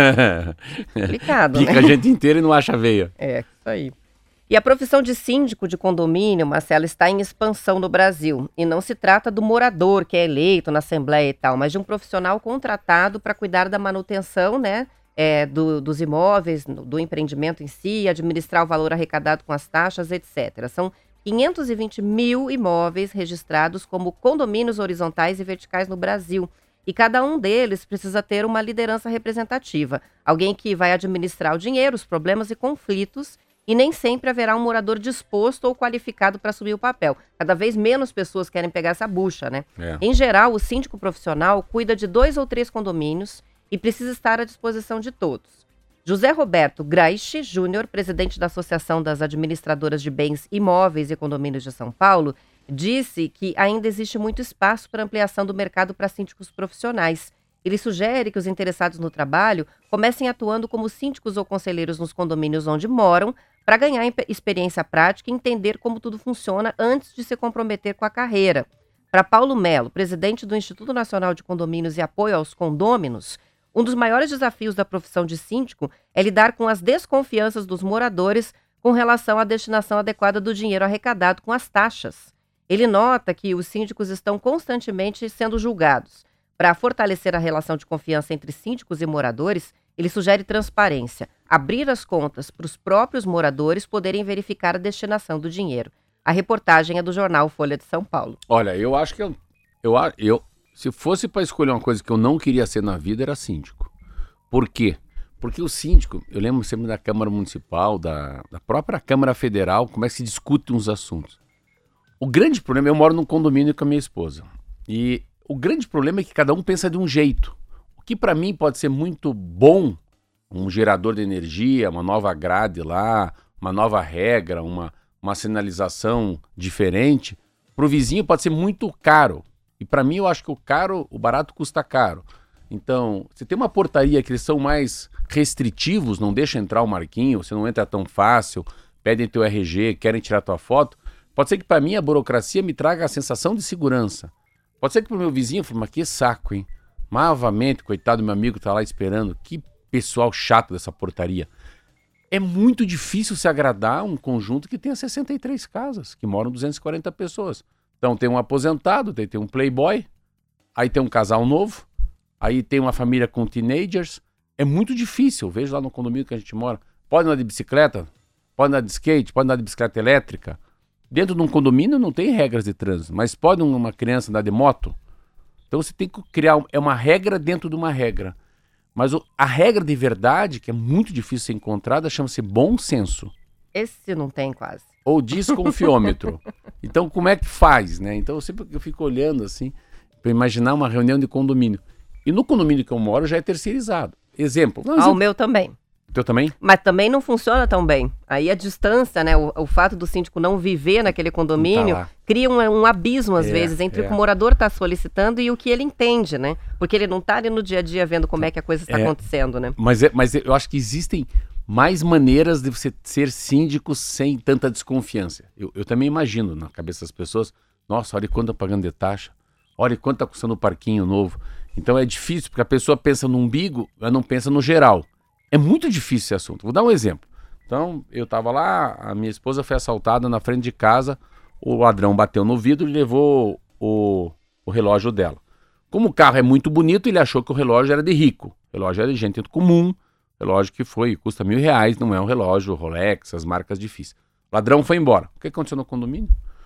Complicado, Pica né? a gente inteira e não acha veia. É, isso aí. E a profissão de síndico de condomínio, Marcelo, está em expansão no Brasil. E não se trata do morador que é eleito na Assembleia e tal, mas de um profissional contratado para cuidar da manutenção, né, dos imóveis, do empreendimento em si, administrar o valor arrecadado com as taxas, etc. São 520 mil imóveis registrados como condomínios horizontais e verticais no Brasil. E cada um deles precisa ter uma liderança representativa. Alguém que vai administrar o dinheiro, os problemas e conflitos, e nem sempre haverá um morador disposto ou qualificado para assumir o papel. Cada vez menos pessoas querem pegar essa bucha, né? É. Em geral, o síndico profissional cuida de 2 ou 3 condomínios e precisa estar à disposição de todos. José Roberto Graiche Júnior, presidente da Associação das Administradoras de Bens Imóveis e Condomínios de São Paulo, disse que ainda existe muito espaço para ampliação do mercado para síndicos profissionais. Ele sugere que os interessados no trabalho comecem atuando como síndicos ou conselheiros nos condomínios onde moram, para ganhar experiência prática e entender como tudo funciona antes de se comprometer com a carreira. Para Paulo Melo, presidente do Instituto Nacional de Condomínios e Apoio aos Condôminos, um dos maiores desafios da profissão de síndico é lidar com as desconfianças dos moradores com relação à destinação adequada do dinheiro arrecadado com as taxas. Ele nota que os síndicos estão constantemente sendo julgados. Para fortalecer a relação de confiança entre síndicos e moradores, ele sugere transparência, abrir as contas para os próprios moradores poderem verificar a destinação do dinheiro. A reportagem é do jornal Folha de São Paulo. Olha, eu acho que eu se fosse para escolher uma coisa que eu não queria ser na vida, era síndico. Por quê? Porque o síndico, eu lembro sempre da Câmara Municipal, da própria Câmara Federal, como é que se discute uns assuntos. O grande problema, eu moro num condomínio com a minha esposa. E o grande problema é que cada um pensa de um jeito. O que para mim pode ser muito bom, um gerador de energia, uma nova grade lá, uma nova regra, uma sinalização diferente, para o vizinho pode ser muito caro. E para mim eu acho que o barato custa caro. Então, se tem uma portaria que eles são mais restritivos, não deixa entrar o marquinho, você não entra tão fácil, pedem teu RG, querem tirar tua foto, pode ser que para mim a burocracia me traga a sensação de segurança. Pode ser que para o meu vizinho, eu fale, mas que saco, hein? Novamente, coitado do meu amigo tá lá esperando, que pessoal chato dessa portaria. É muito difícil se agradar um conjunto que tenha 63 casas, que moram 240 pessoas. Então tem um aposentado, tem um playboy, aí tem um casal novo, aí tem uma família com teenagers. É muito difícil, eu vejo lá no condomínio que a gente mora. Pode andar de bicicleta, pode andar de skate, pode andar de bicicleta elétrica. Dentro de um condomínio não tem regras de trânsito, mas pode uma criança andar de moto? Então você tem que criar uma regra dentro de uma regra. Mas a regra de verdade, que é muito difícil ser encontrada, chama-se bom senso. Esse não tem quase. Ou desconfiômetro. Então, como é que faz, né? Então, eu fico olhando assim, para imaginar uma reunião de condomínio. E no condomínio que eu moro já é terceirizado. Exemplo. O meu também. O teu também? Mas também não funciona tão bem. Aí a distância, né? O fato do síndico não viver naquele condomínio Tá lá. cria um abismo, às vezes, entre o que o morador está solicitando e o que ele entende, né? Porque ele não está ali no dia a dia vendo como é que a coisa está acontecendo, né? Mas eu acho que existem mais maneiras de você ser síndico sem tanta desconfiança. Eu também imagino na cabeça das pessoas, nossa, olha quanto tá pagando de taxa, olha quanto tá custando o parquinho novo. Então é difícil, porque a pessoa pensa no umbigo, ela não pensa no geral. É muito difícil esse assunto. Vou dar um exemplo. Então, eu tava lá, a minha esposa foi assaltada na frente de casa, o ladrão bateu no vidro e levou o relógio dela. Como o carro é muito bonito, ele achou que o relógio era de rico. O relógio era de gente comum, relógio que custa R$1.000, não é um relógio Rolex, as marcas difíceis. O ladrão foi embora. O que aconteceu no condomínio?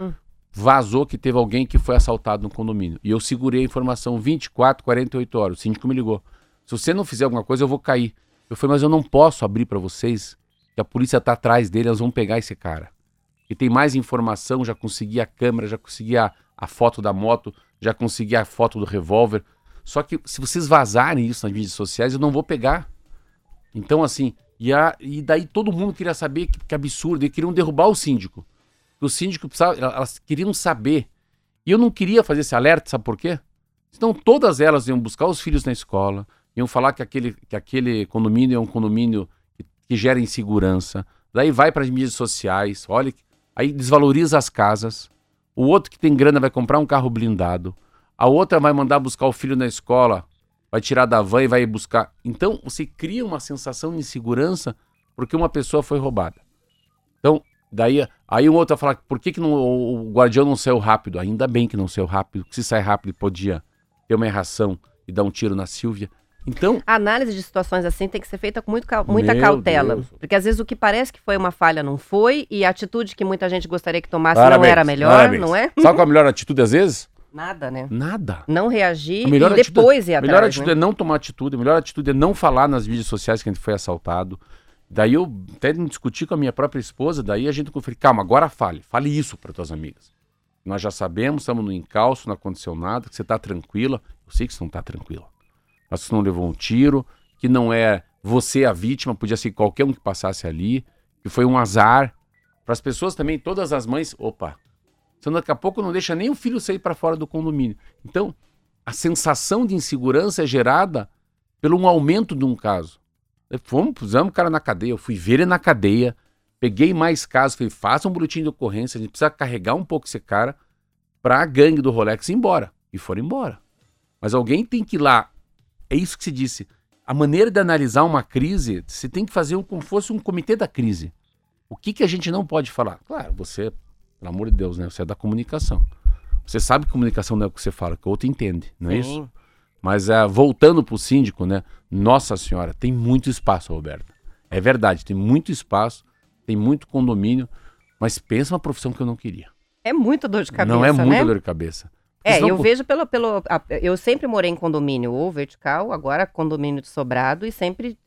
Vazou que teve alguém que foi assaltado no condomínio. E eu segurei a informação 24, 48 horas. O síndico me ligou. Se você não fizer alguma coisa, eu vou cair. Eu falei, mas eu não posso abrir para vocês, que a polícia tá atrás dele, elas vão pegar esse cara. E tem mais informação, já consegui a câmera, já consegui a foto da moto, já consegui a foto do revólver. Só que se vocês vazarem isso nas mídias sociais, eu não vou pegar. Então, assim, e daí todo mundo queria saber que absurdo, e queriam derrubar o síndico. O síndico precisava, elas queriam saber. E eu não queria fazer esse alerta, sabe por quê? Senão todas elas iam buscar os filhos na escola, iam falar que aquele condomínio é um condomínio que gera insegurança. Daí vai para as mídias sociais, olha, aí desvaloriza as casas. O outro que tem grana vai comprar um carro blindado. A outra vai mandar buscar o filho na escola, vai tirar da van e vai buscar. Então, você cria uma sensação de insegurança porque uma pessoa foi roubada. Então, aí um outro vai falar, por que o guardião não saiu rápido? Ainda bem que não saiu rápido, porque se sair rápido podia ter uma erração e dar um tiro na Silvia. Então, a análise de situações assim tem que ser feita com muita cautela. Deus. Porque às vezes o que parece que foi uma falha não foi, e a atitude que muita gente gostaria que tomasse parabéns, não era a melhor, parabéns. não é? Sabe qual é a melhor atitude às vezes? Nada, né? Nada. Não reagir A melhor e depois ir a atrás, melhor atitude né? é não tomar atitude, a melhor atitude é não falar nas mídias sociais que a gente foi assaltado. Daí eu até discuti com a minha própria esposa, daí a gente falei, calma, agora fale isso para tuas amigas. Nós já sabemos, estamos no encalço, não aconteceu nada, que você está tranquila. Eu sei que você não está tranquila. Mas você não levou um tiro, que não é você a vítima, podia ser qualquer um que passasse ali, que foi um azar. Para as pessoas também, todas as mães, opa, senão daqui a pouco não deixa nem o filho sair para fora do condomínio. Então, a sensação de insegurança é gerada pelo um aumento de um caso. Pusemos o cara na cadeia, eu fui ver ele na cadeia, peguei mais casos, falei, faça um boletim de ocorrência, a gente precisa carregar um pouco esse cara para a gangue do Rolex ir embora. E foram embora. Mas alguém tem que ir lá, é isso que se disse, a maneira de analisar uma crise, você tem que fazer como fosse um comitê da crise. O que a gente não pode falar? Claro, você, pelo amor de Deus, né? Você é da comunicação. Você sabe que comunicação não é o que você fala, que o outro entende, não é isso? Mas voltando para o síndico, né? Nossa Senhora, tem muito espaço, Roberta. É verdade, tem muito espaço, tem muito condomínio, mas pensa uma profissão que eu não queria. É muito dor de cabeça, não é muita né? dor de cabeça. Eu vejo eu sempre morei em condomínio ou vertical, agora condomínio de sobrado, e sempre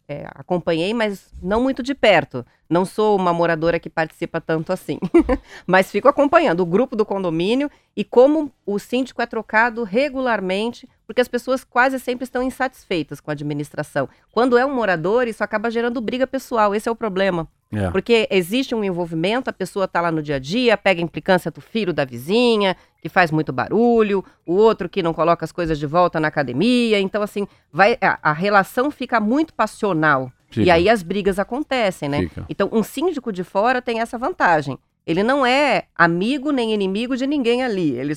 acompanhei, mas não muito de perto. Não sou uma moradora que participa tanto assim. Mas fico acompanhando o grupo do condomínio e como o síndico é trocado regularmente, porque as pessoas quase sempre estão insatisfeitas com a administração. Quando é um morador, isso acaba gerando briga pessoal, esse é o problema. É. Porque existe um envolvimento, a pessoa está lá no dia a dia, pega a implicância do filho da vizinha, que faz muito barulho, o outro que não coloca as coisas de volta na academia. Então, assim, a relação fica muito passional. Fica. E aí as brigas acontecem, né? Fica. Então, um síndico de fora tem essa vantagem. Ele não é amigo nem inimigo de ninguém ali. Ele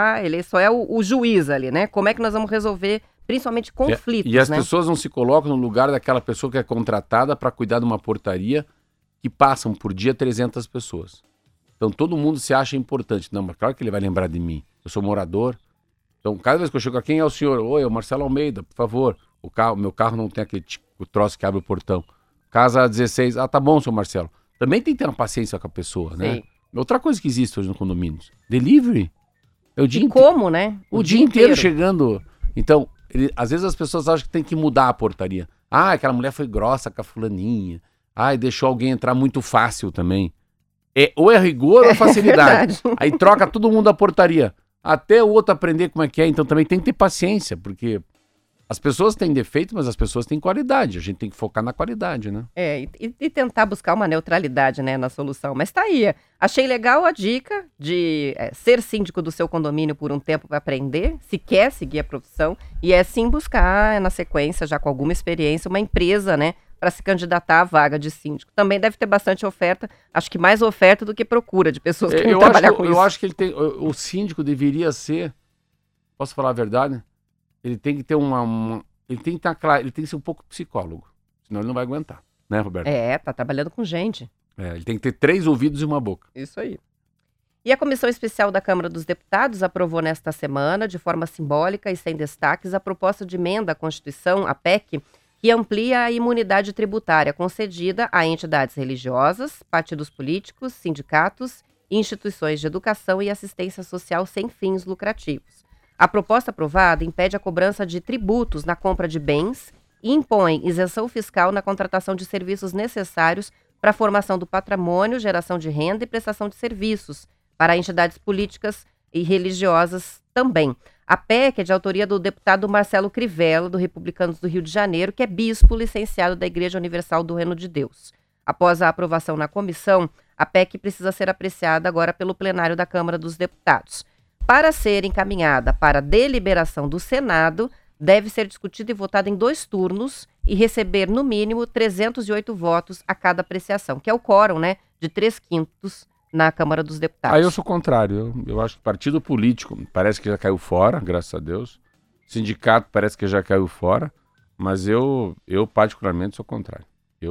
só é o juiz ali, né? Como é que nós vamos resolver, principalmente, conflitos, E as né? pessoas não se colocam no lugar daquela pessoa que é contratada para cuidar de uma portaria que passam por dia 300 pessoas. Então todo mundo se acha importante. Não, mas claro que ele vai lembrar de mim. Eu sou morador. Então cada vez que eu chego, quem é o senhor? Oi, é o Marcelo Almeida, por favor. Meu carro não tem aquele o troço que abre o portão. Casa 16. Ah, tá bom, senhor Marcelo. Também tem que ter uma paciência com a pessoa, né? Sim. Outra coisa que existe hoje no condomínio. Delivery. É o dia E inteiro. como, né? O dia inteiro chegando. Então, às vezes as pessoas acham que tem que mudar a portaria. Ah, aquela mulher foi grossa com a fulaninha. Ah, e deixou alguém entrar muito fácil também. Ou é rigor ou é facilidade. verdade. Aí troca todo mundo a portaria. Até o outro aprender como é que é. Então também tem que ter paciência, porque as pessoas têm defeito, mas as pessoas têm qualidade. A gente tem que focar na qualidade, né? E tentar buscar uma neutralidade, né, na solução. Mas tá aí. Achei legal a dica de ser síndico do seu condomínio por um tempo para aprender, se quer seguir a profissão, e sim buscar, na sequência, já com alguma experiência, uma empresa, né, para se candidatar à vaga de síndico. Também deve ter bastante oferta, acho que mais oferta do que procura de pessoas que querem trabalhar com isso. Eu acho que o síndico deveria ser, posso falar a verdade? Ele tem que ter ele tem que estar claro, ele tem que ser um pouco psicólogo, senão ele não vai aguentar, né, Roberto? Tá trabalhando com gente. Ele tem que ter 3 ouvidos e uma boca. Isso aí. E a Comissão Especial da Câmara dos Deputados aprovou nesta semana, de forma simbólica e sem destaques, a proposta de emenda à Constituição, a PEC, que amplia a imunidade tributária concedida a entidades religiosas, partidos políticos, sindicatos e instituições de educação e assistência social sem fins lucrativos. A proposta aprovada impede a cobrança de tributos na compra de bens e impõe isenção fiscal na contratação de serviços necessários para a formação do patrimônio, geração de renda e prestação de serviços para entidades políticas e religiosas também. A PEC é de autoria do deputado Marcelo Crivella, do Republicanos do Rio de Janeiro, que é bispo licenciado da Igreja Universal do Reino de Deus. Após a aprovação na comissão, a PEC precisa ser apreciada agora pelo plenário da Câmara dos Deputados. Para ser encaminhada para deliberação do Senado, deve ser discutida e votada em 2 turnos e receber, no mínimo, 308 votos a cada apreciação, que é o quórum, né, de 3/5 na Câmara dos Deputados. Eu sou contrário. Eu acho que partido político parece que já caiu fora, graças a Deus. Sindicato parece que já caiu fora, mas eu particularmente sou contrário.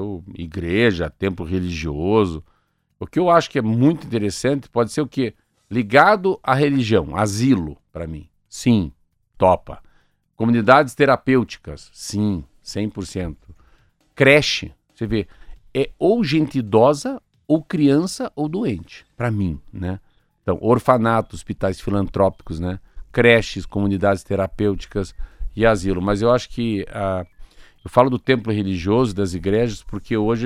Igreja, templo religioso, o que eu acho que é muito interessante pode ser o quê? Ligado à religião, asilo, para mim. Sim, topa. Comunidades terapêuticas, sim, 100%. Creche, você vê, é ou gente idosa, ou criança, ou doente, para mim, né? Então, orfanatos, hospitais filantrópicos, né? Creches, comunidades terapêuticas e asilo. Mas eu acho que, eu falo do templo religioso, das igrejas, porque hoje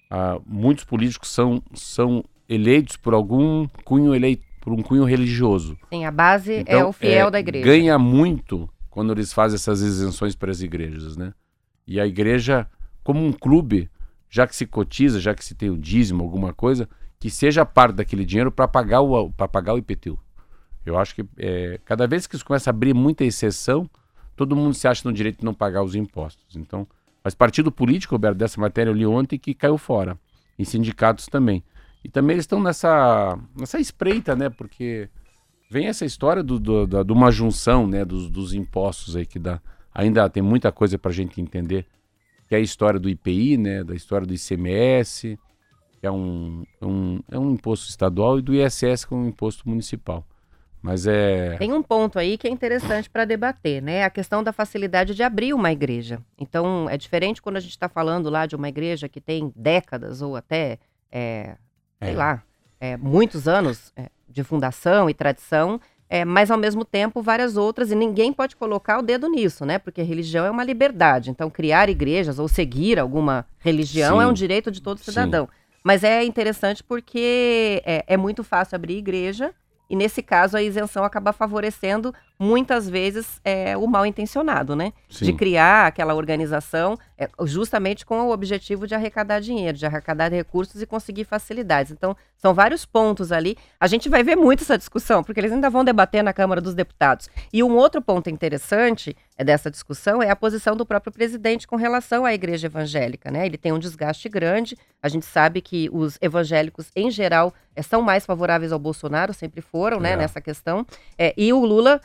muitos políticos são eleitos por algum cunho por um cunho religioso. Sim, a base Então, é o fiel da igreja. Ganha muito quando eles fazem essas isenções para as igrejas, né? E a igreja, como um clube, já que se cotiza, já que se tem o dízimo, alguma coisa, que seja parte daquele dinheiro para pagar o IPTU. Eu acho que cada vez que isso começa a abrir muita exceção, todo mundo se acha no direito de não pagar os impostos. Então, mas partido político, Roberto, dessa matéria eu li ontem que caiu fora. E sindicatos também. E também eles estão nessa espreita, né? Porque vem essa história de uma junção, né? Dos impostos aí que dá. Ainda tem muita coisa para a gente entender. Que é a história do IPI, né? Da história do ICMS, que é um imposto estadual, e do ISS, que é um imposto municipal. Mas Tem um ponto aí que é interessante para debater, né? A questão da facilidade de abrir uma igreja. Então, é diferente quando a gente está falando lá de uma igreja que tem décadas ou até, muitos anos de fundação e tradição. mas ao mesmo tempo várias outras, e ninguém pode colocar o dedo nisso, né? Porque a religião é uma liberdade. Então, criar igrejas ou seguir alguma religião é um direito de todo cidadão. Mas é interessante porque é muito fácil abrir igreja, e nesse caso a isenção acaba favorecendo muitas vezes o mal intencionado, né? Sim. De criar aquela organização justamente com o objetivo de arrecadar dinheiro, de arrecadar recursos e conseguir facilidades. Então, são vários pontos ali. A gente vai ver muito essa discussão, porque eles ainda vão debater na Câmara dos Deputados. E um outro ponto interessante dessa discussão é a posição do próprio presidente com relação à igreja evangélica, né? Ele tem um desgaste grande. A gente sabe que os evangélicos, em geral, são mais favoráveis ao Bolsonaro, sempre foram, né, nessa questão. E o Lula,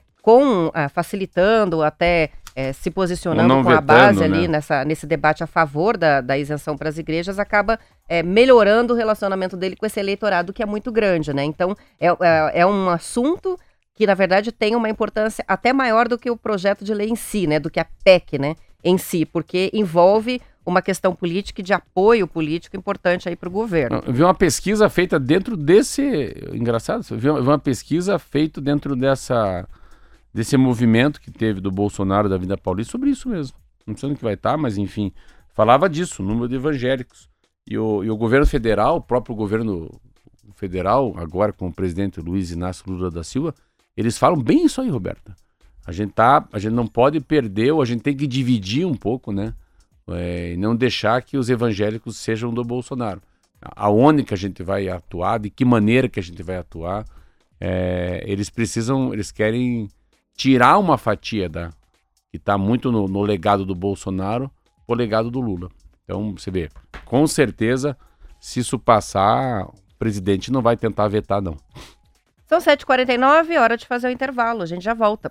facilitando, até se posicionando com a base ali, né, nesse debate a favor da isenção para as igrejas, acaba melhorando o relacionamento dele com esse eleitorado, que é muito grande, né? Então, é um assunto que, na verdade, tem uma importância até maior do que o projeto de lei em si, né? Do que a PEC, né? Em si, porque envolve uma questão política e de apoio político importante aí para o governo. Eu vi uma pesquisa feita dentro desse... Engraçado, eu vi uma pesquisa feita dentro desse movimento que teve do Bolsonaro, da Vida Paulista, sobre isso mesmo. Não sei onde que vai estar, mas enfim, falava disso, o número de evangélicos. E o governo federal, o próprio governo federal, agora com o presidente Luiz Inácio Lula da Silva, eles falam bem isso aí, Roberta. A gente não pode perder, ou a gente tem que dividir um pouco, né? E não deixar que os evangélicos sejam do Bolsonaro. Aonde que a gente vai atuar, de que maneira que a gente vai atuar, eles querem tirar uma fatia que está muito no legado do Bolsonaro, o legado do Lula. Então, você vê, com certeza, se isso passar, o presidente não vai tentar vetar, não. São 7h49, hora de fazer o intervalo. A gente já volta.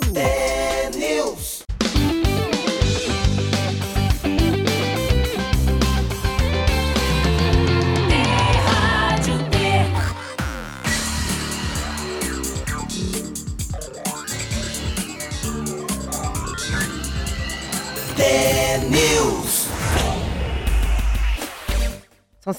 News. News. São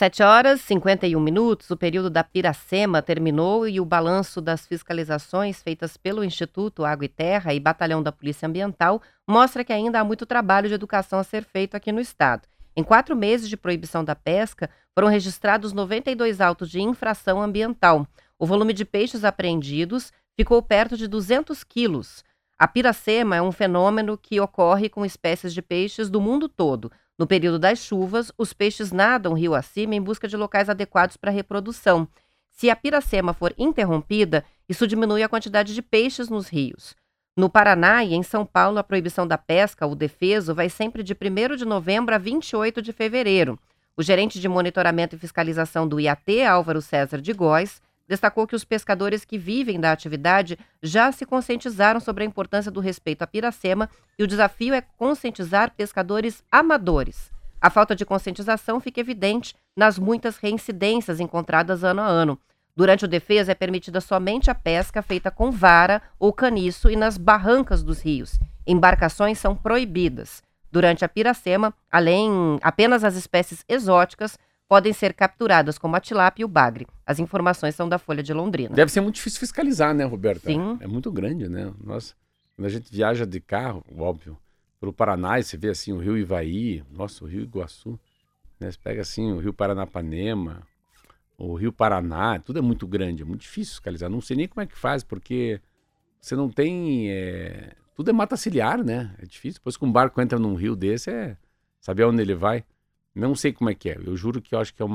7h51. O período da Piracema terminou e o balanço das fiscalizações feitas pelo Instituto Água e Terra e Batalhão da Polícia Ambiental mostra que ainda há muito trabalho de educação a ser feito aqui no estado. Em 4 meses de proibição da pesca, foram registrados 92 autos de infração ambiental. O volume de peixes apreendidos ficou perto de 200 quilos. A piracema é um fenômeno que ocorre com espécies de peixes do mundo todo. No período das chuvas, os peixes nadam rio acima em busca de locais adequados para a reprodução. Se a piracema for interrompida, isso diminui a quantidade de peixes nos rios. No Paraná e em São Paulo, a proibição da pesca, o defeso, vai sempre de 1º de novembro a 28 de fevereiro. O gerente de monitoramento e fiscalização do IAT, Álvaro César de Góes, destacou que os pescadores que vivem da atividade já se conscientizaram sobre a importância do respeito à piracema e o desafio é conscientizar pescadores amadores. A falta de conscientização fica evidente nas muitas reincidências encontradas ano a ano. Durante o defeso é permitida somente a pesca feita com vara ou caniço e nas barrancas dos rios. Embarcações são proibidas. Durante a piracema, apenas as espécies exóticas podem ser capturadas, como a tilápia e o bagre. As informações são da Folha de Londrina. Deve ser muito difícil fiscalizar, né, Roberta? Sim. É muito grande, né? Nossa, quando a gente viaja de carro, óbvio, pelo Paraná, e você vê assim o Rio Ivaí, nossa, o Rio Iguaçu, né? Você pega assim o Rio Paranapanema, o Rio Paraná, tudo é muito grande, é muito difícil fiscalizar. Não sei nem como é que faz, porque você não tem... Tudo é mata ciliar, né? É difícil. Depois que um barco entra num rio desse, saber onde ele vai. Não sei como é que é. Eu juro que eu acho que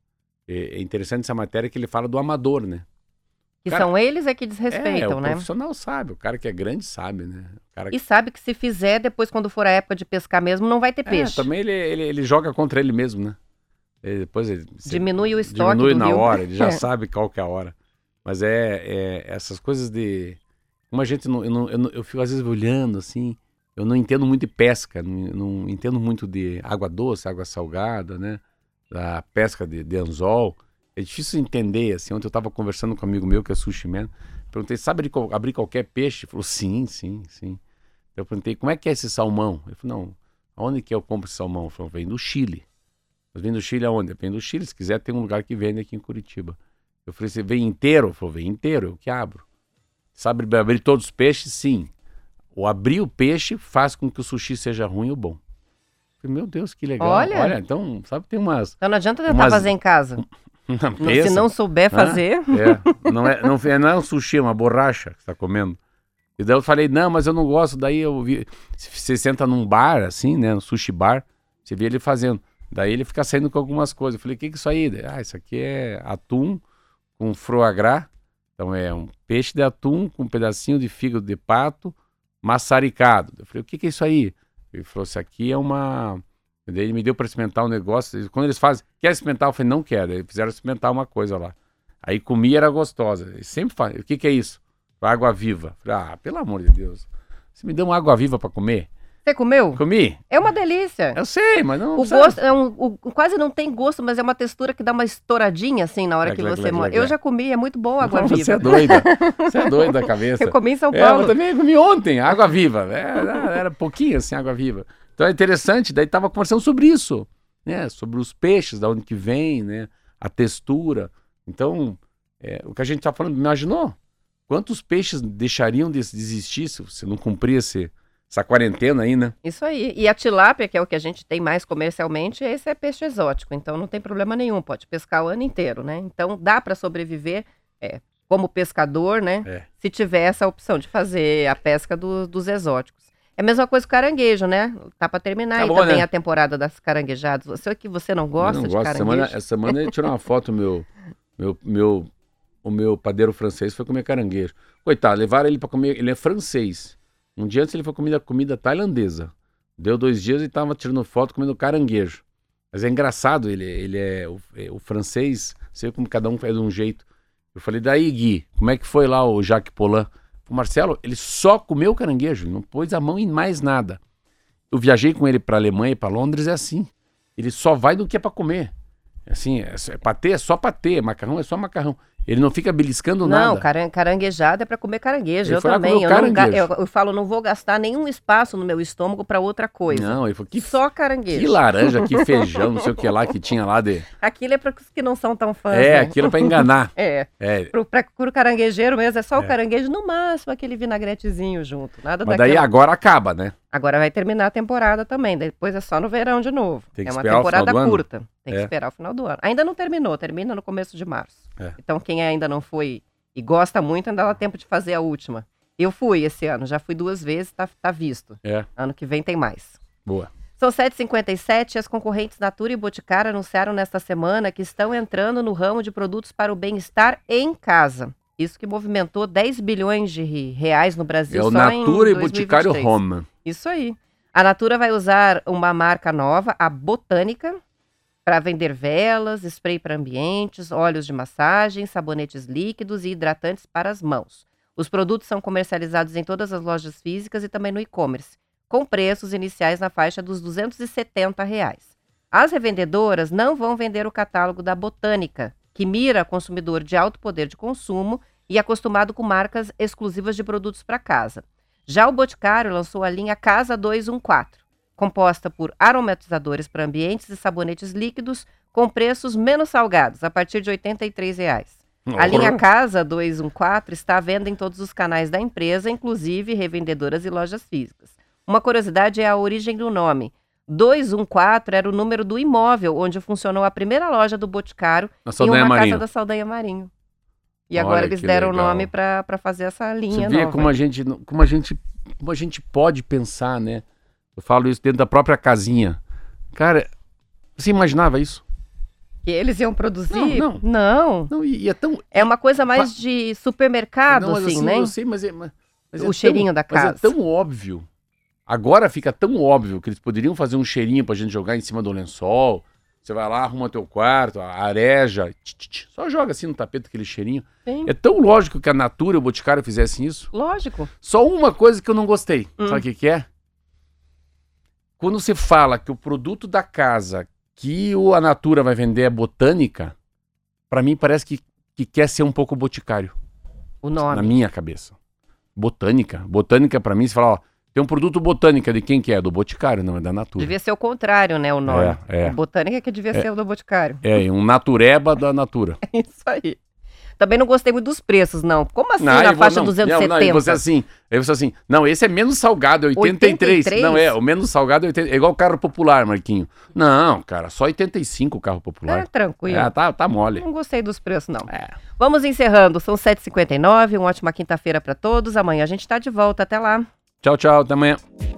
é interessante essa matéria que ele fala do amador, né? Que são eles que desrespeitam, o né? O profissional sabe, o cara que é grande sabe, né? E sabe que se fizer, depois quando for a época de pescar mesmo, não vai ter peixe. Também ele joga contra ele mesmo, né? Depois diminui o estoque diminui do na rio. hora, ele já sabe qual que é a hora. Mas essas coisas de... Como a gente eu fico às vezes olhando assim, eu não entendo muito de pesca, não entendo muito de água doce, água salgada, né? Da pesca de anzol. É difícil entender, assim. Ontem eu estava conversando com um amigo meu que é sushi man. Perguntei, sabe abrir qualquer peixe? Ele falou, sim. Eu perguntei, como é que é esse salmão? Ele falou, não, aonde que eu compro esse salmão? Ele falou, vem do Chile. Mas vem do Chile aonde? Vem do Chile, se quiser tem um lugar que vende aqui em Curitiba. Eu falei, você vem inteiro? Ele falou, vem inteiro, eu que abro. Sabe abrir todos os peixes? Sim. O abrir o peixe faz com que o sushi seja ruim ou bom. Meu Deus, que legal. Olha, então, sabe, tem umas... Então não adianta tentar fazer em casa. Se não souber fazer... Não é um sushi, é uma borracha que você tá comendo. E daí eu falei, não, mas eu não gosto. Daí eu vi... Você senta num bar, assim, né, no sushi bar, você vê ele fazendo. Daí ele fica saindo com algumas coisas. Eu falei, o que é isso aí? Isso aqui é atum com foie gras. Então é um peixe de atum com um pedacinho de fígado de pato maçaricado. Eu falei, o que é isso aí? Ele falou, isso aqui é uma... Daí ele me deu para experimentar um negócio. Quando eles fazem, quer experimentar? Eu falei, não quero. Eles fizeram experimentar uma coisa lá. Aí comi e era gostosa. Eles sempre falam, o que é isso? Água viva. Eu falei, pelo amor de Deus. Você me deu uma água viva para comer? Você comeu? Comi. É uma delícia. Eu sei, mas não... O gosto quase não tem gosto, mas é uma textura que dá uma estouradinha assim na hora que você morde. Eu já comi, é muito bom a água viva. Você é doida. Você é doida da cabeça. Eu comi em São Paulo. Eu também comi ontem, água viva. Era pouquinho assim, água viva. Então é interessante, daí tava conversando sobre isso, né? Sobre os peixes, da onde que vem, né? A textura. Então, o que a gente tá falando, imaginou? Quantos peixes deixariam de existir se você não cumprisse essa quarentena aí, né? Isso aí. E a tilápia, que é o que a gente tem mais comercialmente, esse é peixe exótico, então não tem problema nenhum, pode pescar o ano inteiro, né? Então dá para sobreviver como pescador, né? Se tiver essa opção de fazer a pesca dos exóticos. É a mesma coisa com caranguejo, né? Tá para terminar aí também, né? A temporada das caranguejadas. Você não gosta de caranguejo? Essa semana ele tirou uma foto, o meu padeiro francês foi comer caranguejo. Coitado, levaram ele para comer, ele é francês. Um dia antes ele foi comer comida tailandesa. Deu 2 dias e tava tirando foto comendo caranguejo. Mas é engraçado, ele é o francês, sei como cada um faz de um jeito. Eu falei, daí Gui, como é que foi lá o Jacques Paulin? O Marcelo, ele só comeu caranguejo, ele não pôs a mão em mais nada. Eu viajei com ele para Alemanha e para Londres, é assim. Ele só vai do que é para comer. Assim, patê é só patê, macarrão é só macarrão. Ele não fica beliscando nada. Não, caranguejada é para comer caranguejo. Eu também. Eu falo, não vou gastar nenhum espaço no meu estômago para outra coisa. Não, ele falou, só caranguejo. Que laranja, que feijão, não sei o que lá que tinha lá de... Aquilo é para os que não são tão fãs. Né? Aquilo é para enganar. Pro caranguejeiro mesmo, é só o caranguejo, no máximo aquele vinagretezinho junto. Nada Mas daí agora acaba, né? Agora vai terminar a temporada também, depois é só no verão de novo. Tem que uma esperar temporada o final do curta. Ano? Tem que esperar o final do ano. Ainda não terminou, termina no começo de março. Então quem ainda não foi e gosta muito, ainda dá tempo de fazer a última. Eu fui esse ano, já fui 2 vezes, tá visto. Ano que vem tem mais. Boa. São 7h57 e as concorrentes Natura e Boticário anunciaram nesta semana que estão entrando no ramo de produtos para o bem-estar em casa. Isso que movimentou 10 bilhões de reais no Brasil só Natura em 2023. E Boticário Home. Isso aí. A Natura vai usar uma marca nova, a Botânica, para vender velas, spray para ambientes, óleos de massagem, sabonetes líquidos e hidratantes para as mãos. Os produtos são comercializados em todas as lojas físicas e também no e-commerce, com preços iniciais na faixa dos R$270. As revendedoras não vão vender o catálogo da Botânica, que mira consumidor de alto poder de consumo e acostumado com marcas exclusivas de produtos para casa. Já o Boticário lançou a linha Casa 214, composta por aromatizadores para ambientes e sabonetes líquidos com preços menos salgados, a partir de R$83. A linha Casa 214 está à venda em todos os canais da empresa, inclusive revendedoras e lojas físicas. Uma curiosidade é a origem do nome. 214 era o número do imóvel onde funcionou a primeira loja do Boticário em uma casa da Saldanha Marinho. E agora eles deram o nome para fazer essa linha nova. Você vê como a gente pode pensar, né? Eu falo isso dentro da própria casinha. Cara, você imaginava isso? Que eles iam produzir? Não. E é tão... É uma coisa mais de supermercado, assim, né? Eu sei, mas o cheirinho da casa. Mas é tão óbvio. Agora fica tão óbvio que eles poderiam fazer um cheirinho pra gente jogar em cima do lençol. Você vai lá, arruma teu quarto, areja, só joga assim no tapete aquele cheirinho. Sim. É tão lógico que a Natura e o Boticário fizessem isso. Lógico. Só uma coisa que eu não gostei. Sabe o que é? Quando você fala que o produto da casa que a Natura vai vender é Botânica, pra mim parece que quer ser um pouco Boticário. O nome. Na minha cabeça. Botânica. Botânica pra mim, você fala, ó, tem um produto Botânica, de quem que é? Do Boticário, não é da Natura. Devia ser o contrário, né, o nome. O Botânica que devia ser o do Boticário. Um natureba da Natura. É isso aí. Também não gostei muito dos preços, não. Como assim Não, na eu vou- faixa não, 270? Não, e você assim, não, esse é menos salgado, é 83. 83? Não, o menos salgado é 80, é igual o carro popular, Marquinho. Não, cara, só 85 o carro popular. Tranquilo. Tá mole. Não gostei dos preços, não. É. Vamos encerrando. São 7h59. Uma ótima quinta-feira para todos. Amanhã a gente tá de volta. Até lá. Tchau, até amanhã.